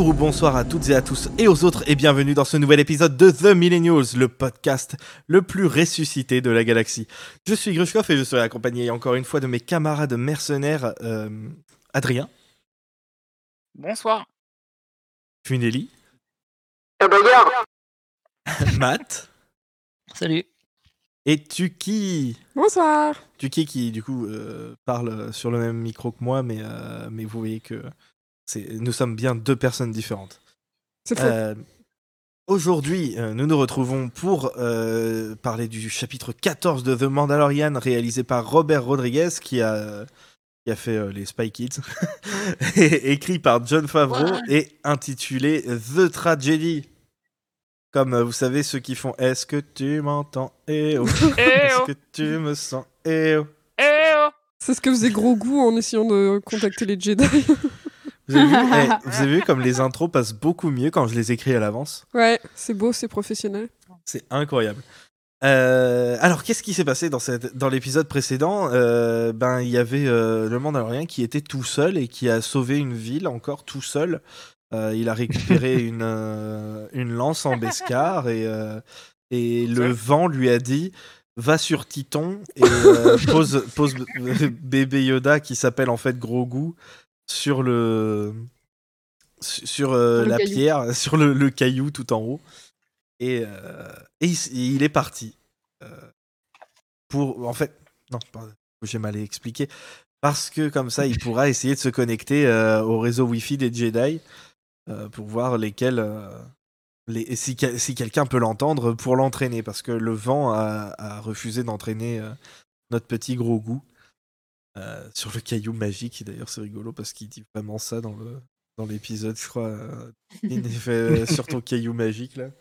Bonjour ou bonsoir à toutes et à tous et aux autres et bienvenue dans ce nouvel épisode de The Millennials, le podcast le plus ressuscité de la galaxie. Je suis Grushkov et je serai accompagné encore une fois de mes camarades mercenaires Adrien. Bonsoir. Funeli. Matt. Salut. Et Tuki. Bonsoir. Tuki qui du coup parle sur le même micro que moi mais vous voyez que nous sommes bien deux personnes différentes. C'est faux. Aujourd'hui, nous nous retrouvons pour parler du chapitre 14 de The Mandalorian, réalisé par Robert Rodriguez, qui a fait les Spy Kids, et écrit par Jon Favreau et intitulé The Tragedy. Comme vous savez, ceux qui font « Est-ce que tu m'entends? Eh oh. Est-ce que tu me sens? Eh oh. Eh oh. C'est ce que faisait Grogu en essayant de contacter les Jedi. Vous avez vu comme les intros passent beaucoup mieux quand je les écris à l'avance? Ouais, c'est beau, c'est professionnel. C'est incroyable. Alors, qu'est-ce qui s'est passé dans l'épisode précédent? Il y avait le Mandalorien qui était tout seul et qui a sauvé une ville encore tout seul. Il a récupéré une lance en Beskar et le vent lui a dit va sur Titon et pose bébé Yoda qui s'appelle en fait Grogu sur la caillou. pierre, sur le caillou tout en haut. Et il est parti. En fait, non, j'ai mal expliqué. Parce que comme ça, il pourra essayer de se connecter au réseau Wi-Fi des Jedi pour voir lesquels. Si quelqu'un peut l'entendre pour l'entraîner. Parce que le vent a refusé d'entraîner notre petit Grogu sur le caillou magique. Et d'ailleurs, c'est rigolo parce qu'il dit vraiment ça dans l'épisode, je crois. Il fait sur ton caillou magique là.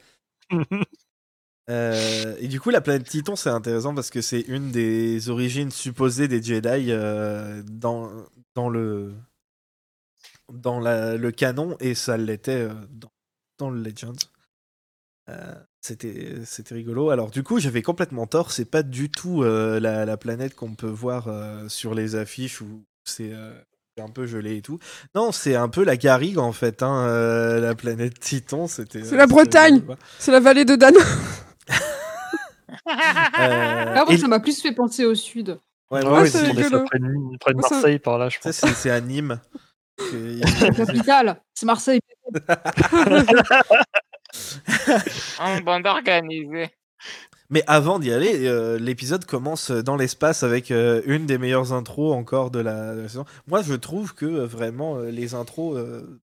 Et du coup, la planète Titon, c'est intéressant parce que c'est une des origines supposées des Jedi dans le canon, et ça l'était dans le Legends. C'était rigolo. Alors du coup, j'avais complètement tort. C'est pas du tout la planète qu'on peut voir sur les affiches où c'est un peu gelé et tout. Non, c'est un peu la Garrigue en fait. La planète Titon, c'est la Bretagne. C'est la vallée de Dan. Moi, ça m'a plus fait penser au sud. Ouais, c'est rigolo. Près de Marseille par là, je pense. C'est à Nîmes. La capitale, c'est Marseille. En bande organisée. Mais avant d'y aller, l'épisode commence dans l'espace avec une des meilleures intros encore de la saison. Moi, je trouve que vraiment les intros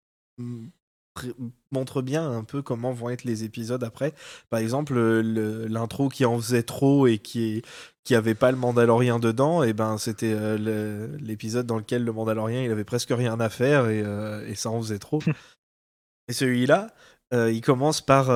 montrent bien un peu comment vont être les épisodes après. Par exemple, l'intro qui en faisait trop et qui avait pas le Mandalorien dedans, et ben c'était l'épisode dans lequel le Mandalorien il avait presque rien à faire et ça en faisait trop. Et celui-là, il commence par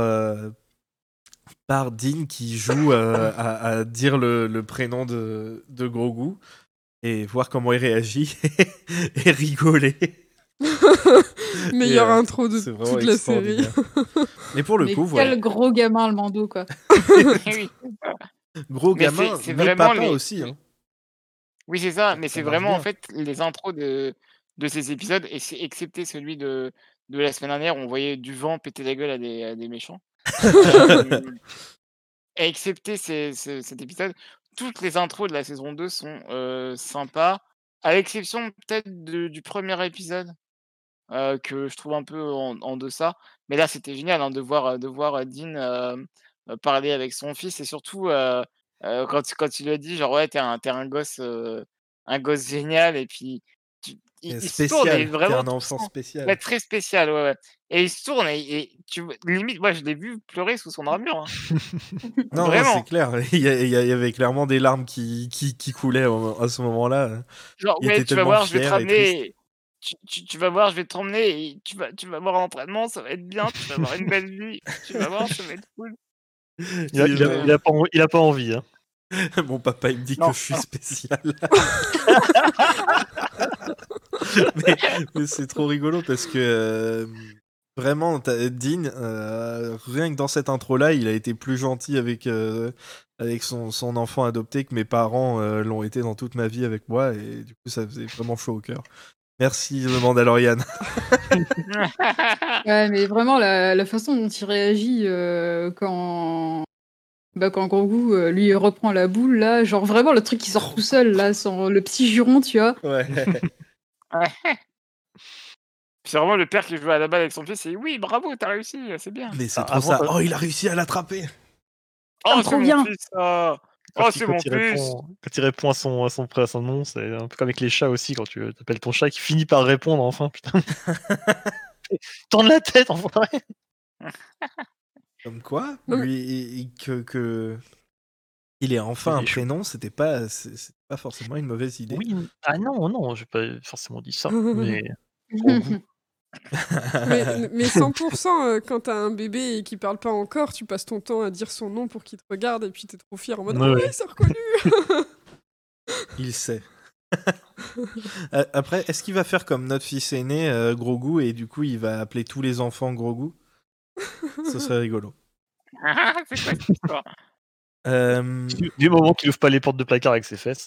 Dean qui joue à dire le prénom de Grogu et voir comment il réagit et rigoler. Meilleure intro de toute la série. Mais pour le coup, quel gros gamin le Mando, quoi. Oui. Gros gamin, c'est mais vraiment papa aussi. Hein. Oui, c'est ça, mais c'est vraiment bien. en fait les intros de ces épisodes, et c'est excepté celui de la semaine dernière où on voyait du vent péter la gueule à des méchants. Et excepté cet épisode, toutes les intros de la saison 2 sont sympas, à l'exception peut-être du premier épisode que je trouve un peu en deçà. Mais là, c'était génial de voir Dean parler avec son fils, et surtout quand il lui a dit genre ouais, t'es un gosse génial, et puis il se tourne et Spécial, t'es vraiment un enfant spécial. ouais, très spécial, ouais. Et il se tourne et tu vois, limite, moi je l'ai vu pleurer sous son armure. Non, Vraiment. c'est clair. Il y avait clairement des larmes qui coulaient à ce moment-là. Genre Il ouais, était tu vas tellement voir, je vais te fier et ramener. Tu vas voir, je vais te ramener et tu vas voir l'entraînement, ça va être bien, tu vas avoir une belle vie, tu vas voir, ça va être cool. Il a pas envie. Hein. Mon papa, il me dit Non. que je suis spécial. mais c'est trop rigolo parce que vraiment, Dean, rien que dans cette intro-là, il a été plus gentil avec son enfant adopté que mes parents l'ont été dans toute ma vie avec moi, et du coup, ça faisait vraiment chaud au cœur. Merci, The Mandalorian. Ouais, mais vraiment, la façon dont il réagit quand Grogu lui reprend la boule, là, genre vraiment le truc qui sort tout seul, là, sans le petit juron, tu vois. Ouais. C'est vraiment le père qui joue à la balle avec son fils, et oui, bravo, t'as réussi, c'est bien. Mais c'est trop ça. Oh, il a réussi à l'attraper. Oh, trop c'est bien. mon fils, ça. Oh, c'est mon fils. Quand il répond à son nom, c'est un peu comme avec les chats aussi, quand tu appelles ton chat qui finit par répondre enfin, putain. Tourne la tête, enfin. Comme quoi, Non, mais- lui, il ait enfin un prénom, c'est pas forcément une mauvaise idée. Oui, non, j'ai pas forcément dit ça, mais Grogu. mais 100%, quand t'as un bébé et qu'il parle pas encore, tu passes ton temps à dire son nom pour qu'il te regarde et puis t'es trop fier en mode Ouais, oh ouais. oui, c'est reconnu. Il sait. Après, est-ce qu'il va faire comme notre fils aîné, Grogu, et du coup il va appeler tous les enfants Grogu? Ce serait rigolo. C'est quoi cette histoire? Du moment qu'il ouvre pas les portes de placard avec ses fesses.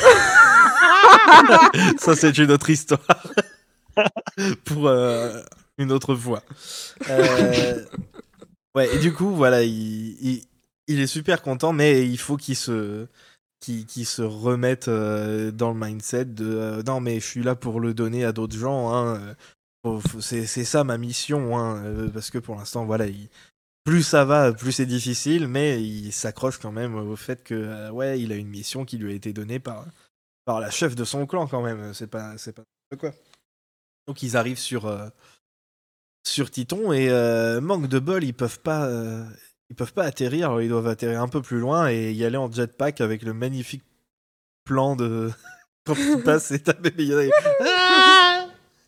Ça, c'est une autre histoire. Pour une autre fois. Ouais, et du coup, voilà, il est super content, mais il faut qu'il se remette dans le mindset de non, mais je suis là pour le donner à d'autres gens. Hein, c'est ça ma mission. Hein, parce que pour l'instant, voilà, plus ça va, plus c'est difficile, mais il s'accroche quand même au fait que ouais, il a une mission qui lui a été donnée par la chef de son clan quand même. C'est pas quoi. Donc ils arrivent sur Titon et manque de bol, ils peuvent pas atterrir. Alors ils doivent atterrir un peu plus loin et y aller en jetpack avec le magnifique plan de quand tu passes et ta bébé Yoda. Ah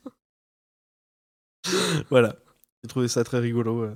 voilà, j'ai trouvé ça très rigolo.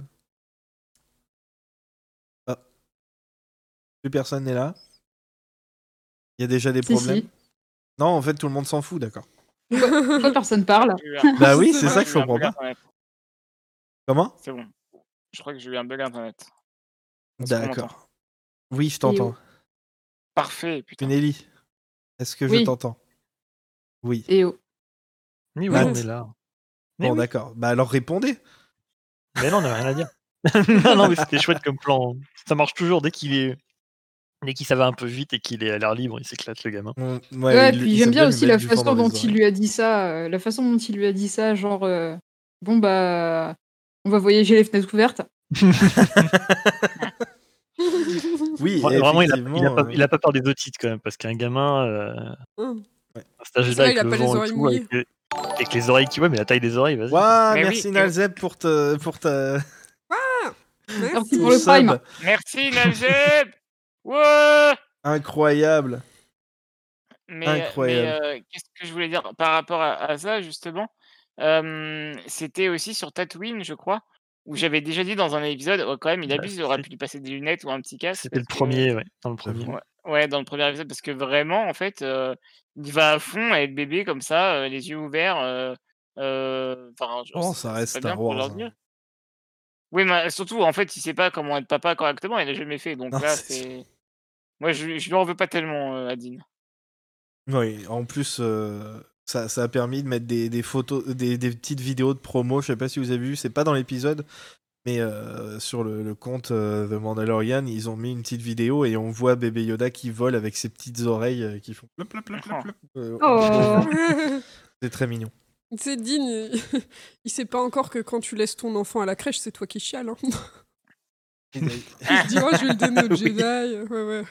Ah. Plus personne n'est là. Il y a déjà des problèmes. Si. Non, en fait tout le monde s'en fout, d'accord. Pourquoi personne parle? Bah oui, c'est ça que je comprends pas. Comment? C'est bon. Je crois que j'ai eu un bug internet. D'accord. Oui, je t'entends. Parfait, putain. Nelly, est-ce que je Oui. t'entends? Oui. Et oh. Oui, Matt. on est là. Bon, d'accord. Bah alors répondez. Mais non, on n'a rien à dire. non, mais c'était chouette comme plan. Ça marche toujours dès qu'il ça va un peu vite et qu'il est à l'air libre, il s'éclate le gamin. Ouais, puis j'aime bien aussi la façon dont il lui a dit ça. La façon dont il lui a dit ça, genre bon bah on va voyager les fenêtres ouvertes. Oui, vraiment, il a pas peur des otites quand même, parce qu'un gamin à cet âge-là avec le vent et tout, avec les oreilles qui mais la taille des oreilles, vas-y. Ouais, merci Nalzeb pour ta merci pour le prime. Merci Nalzeb. Ouais. Incroyable. Mais qu'est-ce que je voulais dire par rapport à ça justement, c'était aussi sur Tatooine, je crois, où j'avais déjà dit dans un épisode, quand même il abuse, il aurait pu lui passer des lunettes ou un petit casque. C'était le premier, dans le premier. Ouais, dans le premier épisode, parce que vraiment, en fait, il va à fond avec bébé comme ça, les yeux ouverts. Ça reste Star Wars. Oui, mais surtout, en fait, il sait pas comment être papa correctement, il l'a jamais fait. Donc non, là, c'est. Moi, je lui en veux pas tellement, à Dean. Oui, en plus, ça a permis de mettre des photos, des petites vidéos de promo. Je sais pas si vous avez vu, c'est pas dans l'épisode, mais sur le compte The Mandalorian, ils ont mis une petite vidéo et on voit bébé Yoda qui vole avec ses petites oreilles qui font plop, plop, plop, plop, plop. C'est très mignon. Tu sais, Dean, il sait pas encore que quand tu laisses ton enfant à la crèche, c'est toi qui chiales. Hein. Il se dit, oh, je vais le donner au Jedi.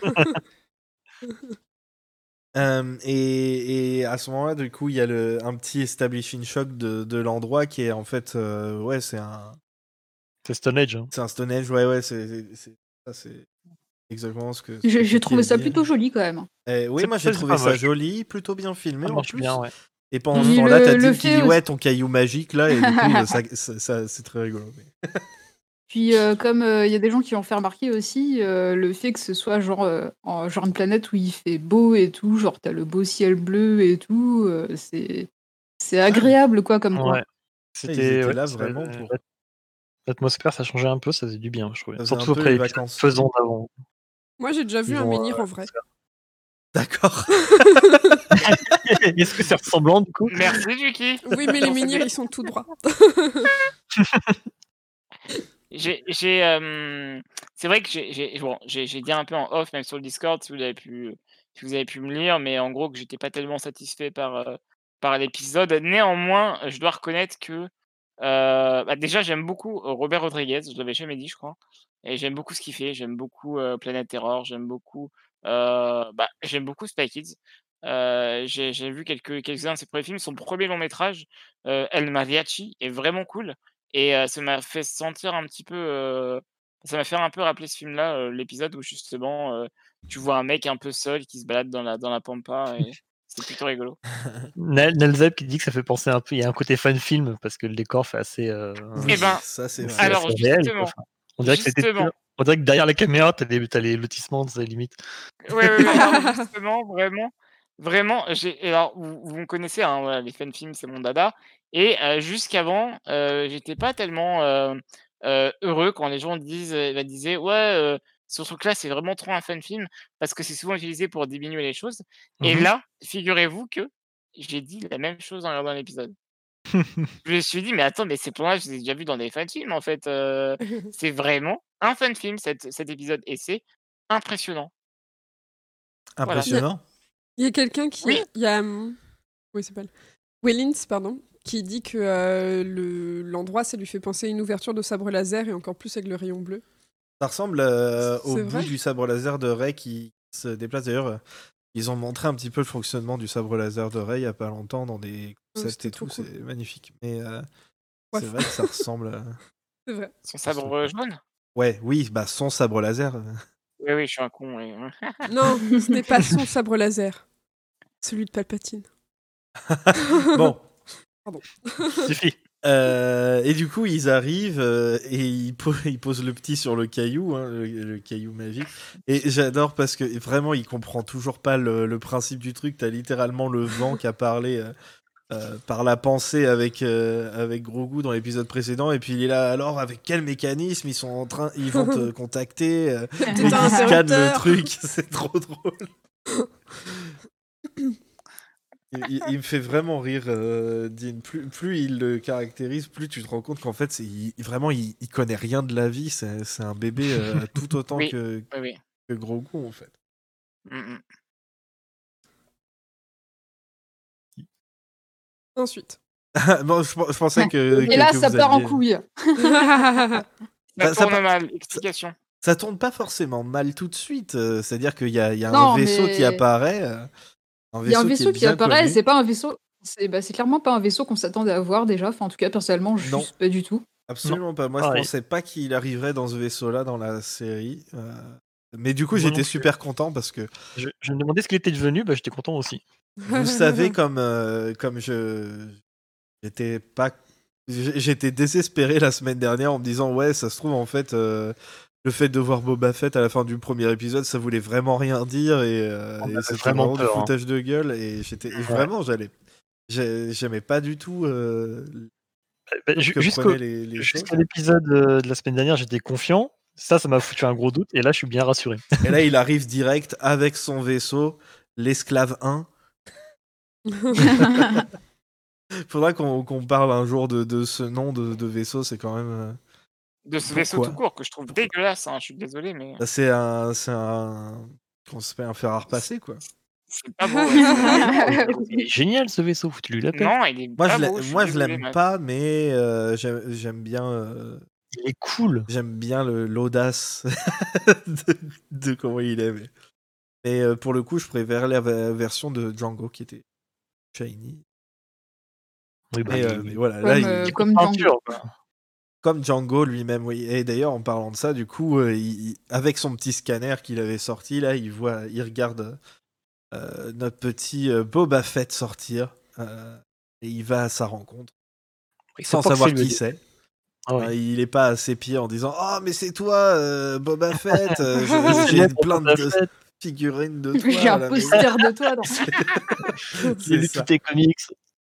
Ouais. Et à ce moment-là, du coup, il y a un petit establishing shot de l'endroit qui est en fait, ouais, c'est un. C'est Stone Age. Hein. C'est un Stone Age, ouais, c'est exactement ce que. J'ai trouvé ça plutôt joli quand même. Oui, moi j'ai trouvé ça joli, plutôt bien filmé en plus. Bien, ouais. Et pendant ce temps-là, t'as Dean qui dit ouais, ton caillou magique là, et du coup, ça c'est très rigolo. Puis comme il y a des gens qui ont fait remarquer aussi le fait que ce soit genre une planète où il fait beau et tout, genre t'as le beau ciel bleu et tout, c'est agréable quoi comme quoi. Ouais. C'était là vraiment pour l'atmosphère, ça changeait un peu, ça faisait du bien, je trouvais. Ça surtout après les vacances faisant d'avant. Moi j'ai déjà vu un menhir en vrai. D'accord. Est-ce que c'est ressemblant du coup? Merci, Juki. Oui, mais les menhirs, ils sont tout droits. C'est vrai que j'ai dit un peu en off, même sur le Discord, si vous avez pu me lire, mais en gros que j'étais pas tellement satisfait par l'épisode. Néanmoins, je dois reconnaître que déjà j'aime beaucoup Robert Rodriguez, je l'avais jamais dit, je crois, et j'aime beaucoup ce qu'il fait. J'aime beaucoup Planet Terror, j'aime beaucoup Spy Kids. J'ai vu quelques-uns de ses premiers films. Son premier long métrage, El Mariachi, est vraiment cool. Et ça m'a fait sentir un petit peu, ça m'a fait un peu rappeler ce film-là, l'épisode où justement, tu vois un mec un peu seul qui se balade dans la pampa et c'est plutôt rigolo. Nelzeb qui dit que ça fait penser un peu, il y a un côté fan film parce que le décor fait assez, Oui, Eh ben, ça c'est vrai. c'est alors assez réel, quoi. justement, Enfin, on dirait que justement. on dirait que derrière la caméra, t'as les lotissements, c'est limite. Ouais, alors justement, vraiment, alors vous me connaissez, hein, voilà, les fan films, c'est mon dada et jusqu'avant, j'étais pas tellement, heureux quand les gens disaient: «Ouais, ce truc-là, c'est vraiment trop un fan film», parce que c'est souvent utilisé pour diminuer les choses et Mmh. là, figurez-vous que j'ai dit la même chose en regardant l'épisode. Je me suis dit: «Mais attends, mais ces plans-là, je les ai déjà vus dans des fan films, en fait, c'est vraiment un fan film cet épisode et c'est impressionnant». Voilà. Impressionnant. Il y a quelqu'un qui. Oui. Il y a. Oui, c'est pas. Wellins, pardon, qui dit que l'endroit, ça lui fait penser à une ouverture de sabre laser et encore plus avec le rayon bleu. Ça ressemble au C'est bout vrai du sabre laser de Rey qui se déplace. D'ailleurs, ils ont montré un petit peu le fonctionnement du sabre laser de Rey il y a pas longtemps dans des concepts c'était et tout. trop cool. C'est magnifique. Mais Ouais. c'est vrai que ça ressemble. C'est vrai. Son sabre jaune? Ouais, oui, bah son sabre laser. Oui, je suis un con, oui. Non, ce n'est pas son sabre laser. Celui de Palpatine. Bon. Pardon. Suffit. Et du coup, ils arrivent et ils posent le petit sur le caillou, hein, le caillou magique. Et j'adore parce que vraiment, il comprend toujours pas le principe du truc. T'as littéralement le vent qui a parlé par la pensée avec Grogu dans l'épisode précédent. Et puis il est là, alors avec quel mécanisme ils vont te contacter Peut-être et ils un scannent le interrupteur. truc. C'est trop drôle. Il me fait vraiment rire, Dean. Plus il le caractérise, plus tu te rends compte qu'en fait, vraiment, il connaît rien de la vie. C'est un bébé tout autant Oui, que oui. Grogu, en fait. Mmh. Ensuite. Bon, je pensais que. Et là, que ça vous part en alliez- couille. Ça ça tourne part- mal, explication. Ça tourne pas forcément mal tout de suite. C'est-à-dire qu'il y a un Non, vaisseau qui mais apparaît. il y a un qui est vaisseau qui bien apparaît, connu. c'est pas un vaisseau. C'est clairement pas un vaisseau qu'on s'attendait à voir déjà. Enfin, en tout cas, personnellement, Non. juste pas du tout. Absolument pas. Moi, je pareil. pensais pas qu'il arriverait dans ce vaisseau-là dans la série. Mais du coup, Moi non j'étais plus. super content parce que Je me demandais ce qu'il était devenu, bah, j'étais content aussi. vous savez, comme j'étais pas. J'étais désespéré la semaine dernière en me disant, ouais, ça se trouve, en fait, le fait de voir Boba Fett à la fin du premier épisode, ça voulait vraiment rien dire et avait c'était vraiment vraiment du peur, hein. foutage de gueule. Et vraiment, j'aimais pas du tout Bah, que prenaient les choses. jusqu'à l'épisode de la semaine dernière, j'étais confiant. Ça m'a foutu un gros doute et là, je suis bien rassuré. Et là, il arrive direct avec son vaisseau, l'esclave 1. Faudra qu'on parle un jour de ce nom de vaisseau, c'est quand même. De ce vaisseau Pourquoi tout court que je trouve dégueulasse, hein, je suis désolé, mais C'est un. Comment ça s'appelle, un fer à repasser, quoi. c'est pas beau. Ouais, Il est génial ce vaisseau, foutu-lui la paix. non, il est pas beau. Moi, je désolé, l'aime Matt. pas, mais j'aime bien. Il est cool. J'aime bien l'audace de comment il est. Mais pour le coup, je préfère la version de Django qui était shiny. Oui, bah, Mais voilà, là, Comme Django. comme Django lui-même, oui. Et d'ailleurs, en parlant de ça, du coup, avec son petit scanner qu'il avait sorti, là, il regarde notre petit Boba Fett sortir. Et il va à sa rencontre. Sans savoir qui c'est. Ah ouais. Il est pas à ses pieds en disant « Oh, mais c'est toi, Boba Fett, j'ai plein de figurines de toi. » J'ai un poster de toi. J'ai lu tous tes comics.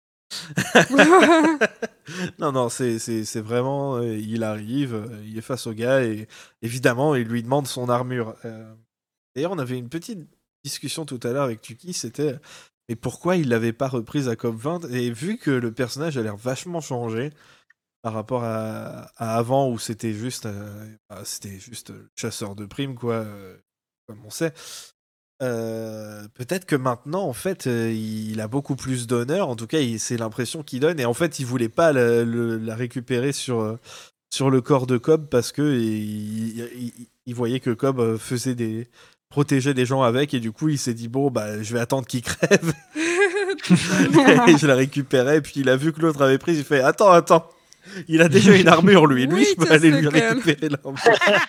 Non, c'est vraiment... il arrive, il est face au gars et évidemment, il lui demande son armure. D'ailleurs, on avait une petite discussion tout à l'heure avec Tuki, c'était mais pourquoi il l'avait pas reprise à COP20 et vu que le personnage a l'air vachement changé par rapport à avant où c'était juste chasseur de primes quoi, comme on sait. Peut-être que maintenant en fait il a beaucoup plus d'honneur, en tout cas c'est l'impression qu'il donne, et en fait il voulait pas la récupérer sur le corps de Cobb parce que il voyait que Cobb protégeait des gens avec, et du coup il s'est dit bon bah je vais attendre qu'il crève et je la récupérais, et puis il a vu que l'autre avait pris, il fait attends, il a déjà une armure lui Oui, je peux ça, aller c'est lui clair. récupérer l'armure.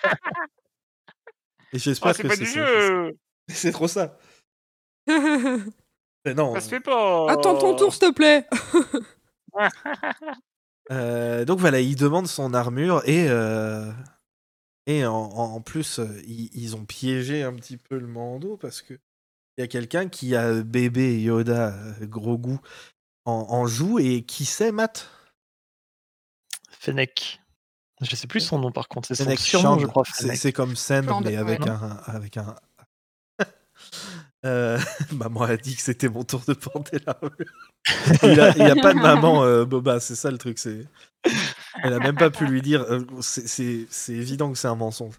Et j'espère c'est que pas c'est du ça. jeu. C'est trop ça. Mais non. Ça se fait pas. Attends ton tour, s'il te plaît. Donc voilà, il demande son armure, et en plus, ils ont piégé un petit peu le Mando parce que il y a quelqu'un qui a bébé Yoda, Grogu, en joue, et qui c'est, Matt? Fennec. Je sais plus son nom par contre, c'est son Fennec surnom, Shand. je crois. C'est Fennec. c'est comme Sand, Shand, mais avec ouais. un. Maman a dit que c'était mon tour de porter l'armure. Il a pas de maman, Boba, c'est ça le truc. Elle a même pas pu lui dire. C'est évident que c'est un mensonge.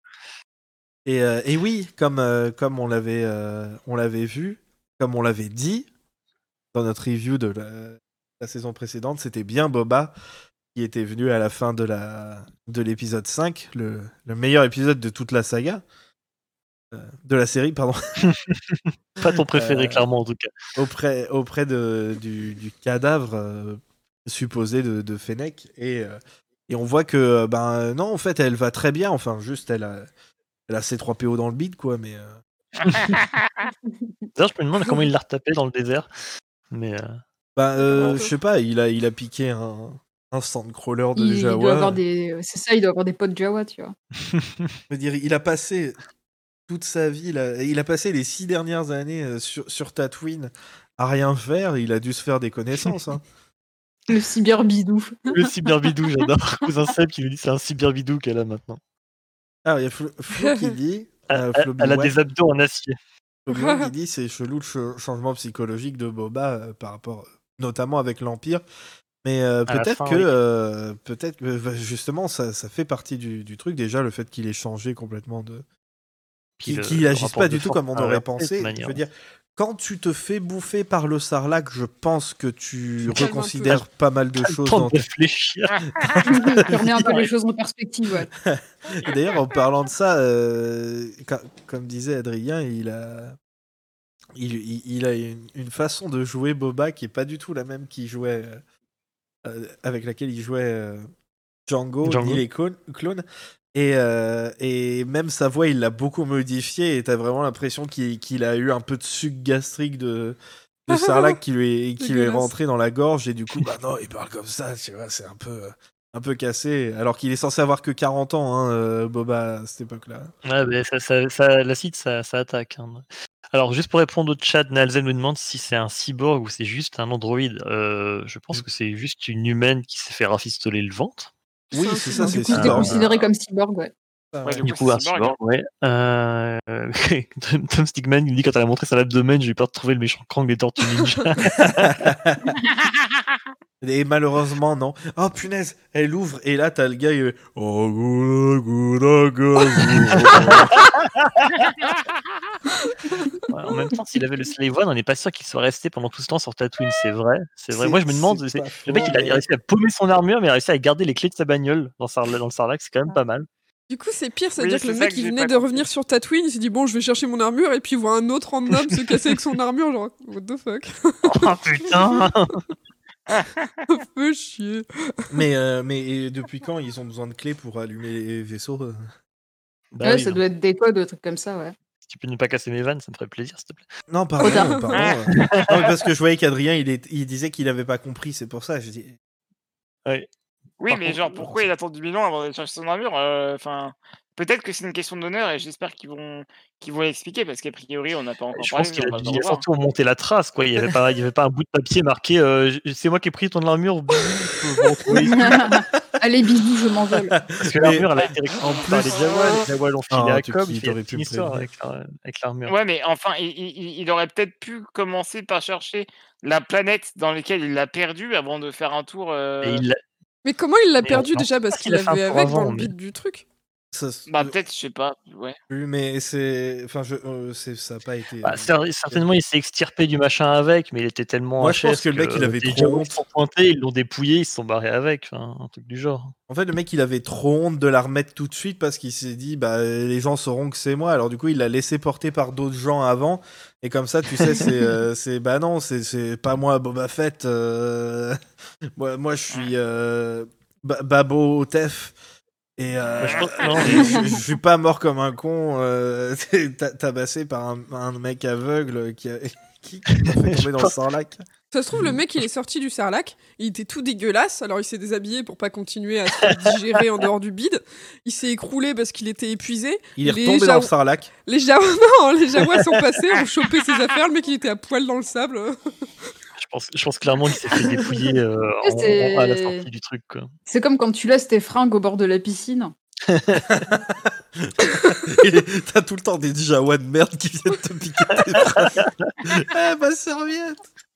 Et oui, comme on l'avait vu, comme on l'avait dit dans notre review de la saison précédente, c'était bien Boba qui était venu à la fin de l'épisode 5, le meilleur épisode de toute la saga. De la série, pardon. Pas ton préféré, clairement, en tout cas. Auprès du cadavre supposé de Fennec. Et on voit que, non, en fait, elle va très bien. Enfin, juste, elle a C3PO dans le bide, quoi. Mais. D'ailleurs, je me demande comment il l'a retapé dans le désert. Mais je sais pas, il a piqué un sandcrawler de Il Jawa. doit avoir c'est ça, il doit avoir des potes Jawa, tu vois. Je veux dire, il a passé toute sa vie, il a passé les 6 dernières années sur Tatooine à rien faire. Il a dû se faire des connaissances. Hein. Le cyberbidou. le cyberbidou, j'adore. Cousin Seb qui nous dit c'est un cyberbidou qu'elle a maintenant. Alors, il y a Flo qui dit. Elle a des abdos en acier. Obi-Wan qui dit c'est chelou le changement psychologique de Boba par rapport, notamment avec l'Empire. Mais peut-être que justement ça fait partie du truc, déjà le fait qu'il ait changé complètement qu'il agisse pas du tout comme on aurait pensé. Je veux dire, quand tu te fais bouffer par le Sarlacc, je pense que tu reconsidères pas mal de choses. Dans réfléchir. Tu remets un peu les choses en perspective, ouais. Et d'ailleurs, en parlant de ça, comme disait Adrien, il a une façon de jouer Boba qui est pas du tout la même qu'il jouait avec laquelle il jouait Django. Ni les clones. Et même sa voix, il l'a beaucoup modifiée, et t'as vraiment l'impression qu'il a eu un peu de suc gastrique de Sarlacc qui lui est rentré dans la gorge, et du coup, non, il parle comme ça, tu vois, c'est un peu cassé, alors qu'il est censé avoir que 40 ans, hein, Boba, à cette époque-là. Ouais, mais l'acide, ça attaque. Hein. Alors, juste pour répondre au chat, Nalzen me demande si c'est un cyborg ou c'est juste un androïde. Je pense que c'est juste une humaine qui s'est fait rafistoler le ventre. Oui, c'est ça, c'est Du coup, c'était considéré comme cyborg, ouais. Du coup, un cyborg, ouais. Tom Stigman, il dit quand elle a montré son abdomen, j'ai eu peur de trouver le méchant Krang des Tortues Ninja. Et malheureusement, non. Oh punaise, elle ouvre, et là, t'as le gars, il... Ouais, en même temps, s'il avait le Slave One, on n'est pas sûr qu'il soit resté pendant tout ce temps sur Tatooine, c'est vrai. Moi, je me demande, le mec, il a réussi à paumer son armure, mais il a réussi à garder les clés de sa bagnole dans le Sarlacc, c'est quand même pas mal. Du coup, c'est pire, c'est-à-dire que le mec, il venait de revenir sur Tatooine, il s'est dit bon, je vais chercher mon armure, et puis il voit un autre random se casser avec son armure, genre, what the fuck. Oh putain. Fais chier. Mais depuis quand ils ont besoin de clés pour allumer les vaisseaux Ouais, ça doit être des codes, des trucs comme ça, ouais. Si tu peux ne pas casser mes vannes, ça me ferait plaisir, s'il te plaît. Non, pardon. Non, parce que je voyais qu'Adrien, il disait qu'il avait pas compris, c'est pour ça. Je dis... Oui, mais genre, pourquoi il attend du bilan avant de chercher son armure? Enfin, peut-être que c'est une question d'honneur, et j'espère qu'ils vont expliquer, parce qu'a priori, on n'a pas encore Je parlé. pense qu'il a surtout monté la trace, quoi. Il y avait pas un bout de papier marqué c'est moi qui ai pris ton armure. Allez, bisous, je m'envole. Parce que Mais l'armure, elle a été récupérée par les Jawa l'ont filé Ah, à tu Cobb, qui il fait t'aurais toute pu une me histoire prévenir. avec l'armure. Ouais, mais enfin, il aurait peut-être pu commencer par chercher la planète dans laquelle il l'a perdue avant de faire un tour. Et il l'a- Mais comment il l'a mais perdu on déjà? sait pas Parce s'il qu'il a fait un l'avait tour avec dans avant, le mais beat du truc. Ça, Bah, peut-être, je sais pas. Ouais. oui, mais c'est. Enfin, ça n'a pas été. bah, certainement il s'est extirpé du machin avec, mais il était tellement Moi, je pense HS que le mec, il avait les trop Jawa honte. se sont pointés, ils l'ont dépouillé, ils se sont barrés avec, enfin, un truc du genre. En fait, le mec, il avait trop honte de la remettre tout de suite parce qu'il s'est dit, bah, les gens sauront que c'est moi. Alors, du coup, il l'a laissé porter par d'autres gens avant. Et comme ça, tu sais, bah non, c'est pas moi, Boba Fett. Moi, je suis Babo Tef. Et je pense que non, je suis pas mort comme un con, tabassé par un mec aveugle qui m'a fait tomber dans le sarlac. Ça se trouve, le mec, il est sorti du sarlac, il était tout dégueulasse, alors il s'est déshabillé pour pas continuer à se faire digérer en dehors du bide. Il s'est écroulé parce qu'il était épuisé. Il est retombé dans le sarlac. Les Jawas sont passés, ont chopé ses affaires, le mec, il était à poil dans le sable. je pense clairement qu'il s'est fait dépouiller à la sortie du truc, quoi. C'est comme quand tu laisses tes fringues au bord de la piscine. T'as tout le temps des Jawa de merde qui viennent te piquer tes fringues. Eh, ma serviette.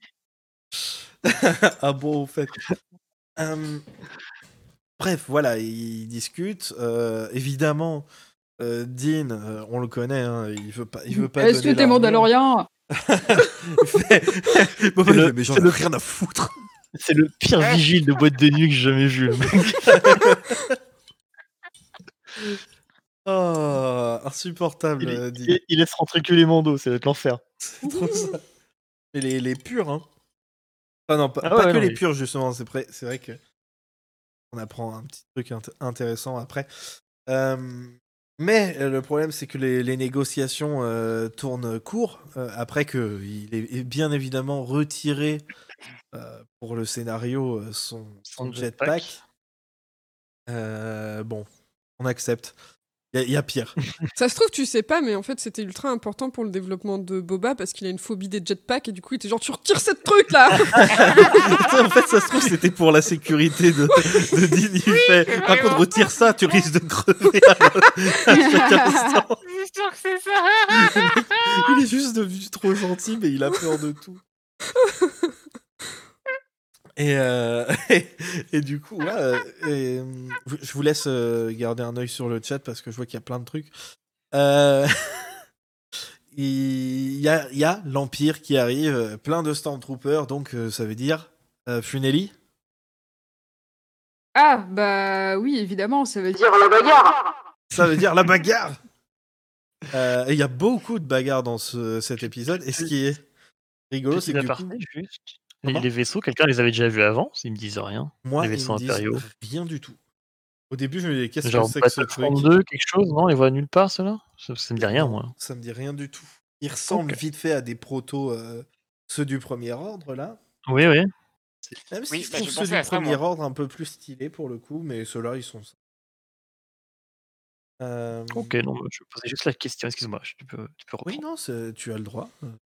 Ah bon, en fait. Bref, voilà, ils discutent. Évidemment, Dean, on le connaît, hein, il veut pas Est-ce que t'es Mandalorien? Mais j'en ai rien à foutre. C'est le pire vigile de boîte de nuit que j'ai jamais vu, le mec. Oh, insupportable. Dean. Il laisse rentrer que les mandos, ça va être l'enfer. C'est trop ça. Et les purs, hein. Ah non, pas ouais, que non, les mais- purs, justement. C'est vrai que on apprend un petit truc intéressant après. Mais le problème, c'est que les négociations tournent court après qu'il ait bien évidemment retiré pour le scénario son jetpack. Bon, on accepte. Il y a pire. Ça se trouve, tu sais pas, mais en fait, c'était ultra important pour le développement de Boba parce qu'il a une phobie des jetpacks et du coup, il était genre, tu retires cette truc là. En fait, ça se trouve, c'était pour la sécurité de Dean. Il fait, par contre, retire ça, tu risques de crever à chaque instant. C'est sûr que c'est ça. Il est juste devenu trop gentil, mais il a peur de tout. Et du coup, ouais, je vous laisse garder un œil sur le chat parce que je vois qu'il y a plein de trucs. Il y a l'Empire qui arrive, plein de Stormtroopers, donc ça veut dire Funeli. Ah, bah oui, évidemment, ça veut dire la bagarre. Ça veut dire la bagarre. Et il y a beaucoup de bagarres dans cet épisode. Et ce qui est rigolo, c'est que du coup, juste. Comment Les vaisseaux, quelqu'un les avait déjà vus avant, ils me disent rien. moi, Les ils vaisseaux me disent impériaux. rien du tout. Au début, je me disais, qu'est-ce que Genre c'est que ce truc? 32, quelque chose, non? On les voit nulle part, ceux-là? Ça me dit rien, Non, moi. ça me dit rien du tout. Ils ressemblent Ok. vite fait à des protos, ceux du premier ordre, là. Oui, oui. Même si Oui, je bah, trouve je ceux pensais du à ça, premier moi. ordre un peu plus stylés pour le coup, mais ceux-là, ils sont... Ok, non, je posais juste la question, excuse-moi, tu peux reprendre. Oui, non, tu as le droit.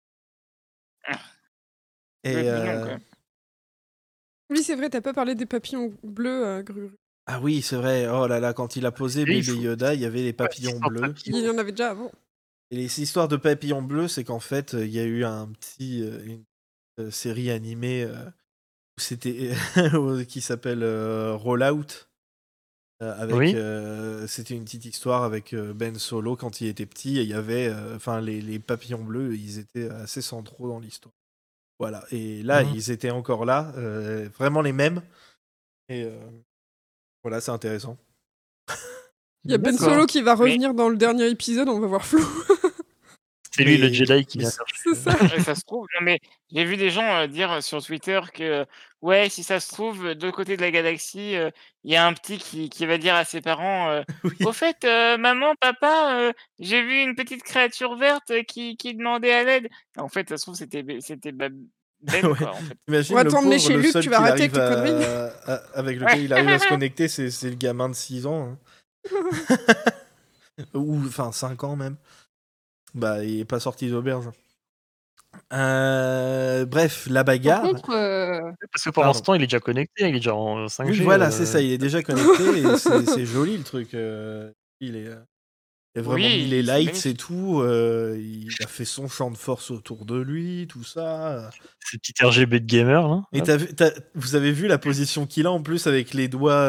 Il doit Et, être mignon, quand même. Oui, c'est vrai, t'as pas parlé des papillons bleus, Gruru. ah oui, c'est vrai. Oh là là, quand il a posé Et il bébé faut- Yoda, il y avait les papillons histoire de bleus. papillons. Il y en avait déjà avant. Et les histoires de papillons bleus, c'est qu'en fait, il y a eu une série animée où c'était qui s'appelle Rollout. Avec, Oui. c'était une petite histoire avec Ben Solo quand il était petit. Et il y avait, les papillons bleus, ils étaient assez centraux dans l'histoire. Voilà. Et là, Mhm. ils étaient encore là, vraiment les mêmes. Et voilà, c'est intéressant. Il y a Ben D'accord. Solo qui va revenir dans le dernier épisode, on va voir flou. C'est lui Mais- le Jedi qui mais vient c'est- faire C'est ça. Ouais, ça se trouve. Non, mais j'ai vu des gens dire sur Twitter que, ouais, si ça se trouve, de l'autre côté de la galaxie, il y a un petit qui va dire à ses parents Oui. au fait, maman, papa, j'ai vu une petite créature verte qui demandait à l'aide. En fait, ça se trouve, c'était Ben, Ouais. quoi, en fait. Imagine On va le t'emmener pauvre, chez le Luc, seul tu vas qu'il arrêter avec arrive tes conneries. avec lequel il arrive à se connecter, c'est le gamin de 6 ans. Hein. Ou, enfin, 5 ans même. Bah, il est pas sorti d'auberge. Bref, la Par bagarre. contre, Parce que pour Pardon. l'instant, il est déjà connecté, il est déjà en 5G. Oui, voilà, c'est ça. Il est déjà connecté et c'est joli le truc. Il a vraiment mis les Oui, c'est lights et magnifique. tout. Il a fait son champ de force autour de lui, tout ça. Ces petits RGB de gamer, là. Et Hop. vous avez vu la position qu'il a en plus avec les doigts,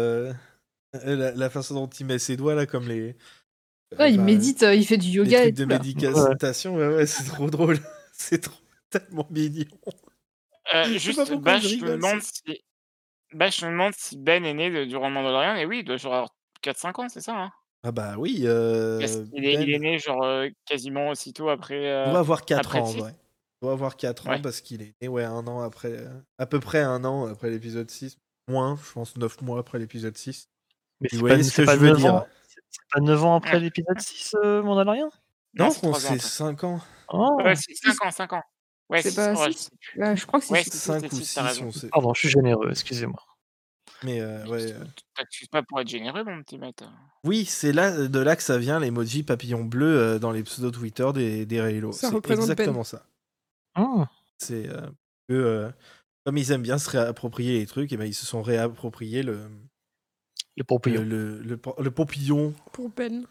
la façon dont il met ses doigts là, comme les. ouais, il enfin, médite, il fait du les yoga et trucs de tout là. méditation. Ouais, c'est trop drôle. C'est tellement mignon. Je sais pas Juste, pourquoi je rigole. Je me demande si Ben est né durant le Mandalorian. Et oui, il doit genre avoir 4-5 ans, c'est ça, hein? Ah bah oui, Parce qu'il est Ben né genre quasiment aussitôt doit avoir 4 après ans le en 6. vrai. Doit avoir 4 ans Ouais. parce qu'il est né un an après, à peu près un an après l'épisode 6. Moins, je pense 9 mois après l'épisode 6. Mais Vous voyez ce que c'est pas je veux 9 dire? ans. C'est pas 9 ans après Ouais. l'épisode 6, Mandalorian? Non, c'est 3 ans c'est après. 5 ans. Oh, Ouais, c'est Six. 5 ans. Ouais, C'est 6 pas ans, ouais, je 6? sais plus. Ouais, je crois que c'est Ouais, 6. c'est 6, 5 c'est ou 6, tu as 6, raison. on sait. pardon, je suis généreux, excusez-moi. Mais ouais. T'accuses pas pour être généreux, mon petit mec. Oui, c'est de là que ça vient l'emoji papillon bleu dans les pseudo Twitter des Raylo. Ça C'est représente Ben. exactement ça. Oh. C'est que comme ils aiment bien se réapproprier les trucs, et ben ils se sont réappropriés Le propillon. le papillon. Pour Ben.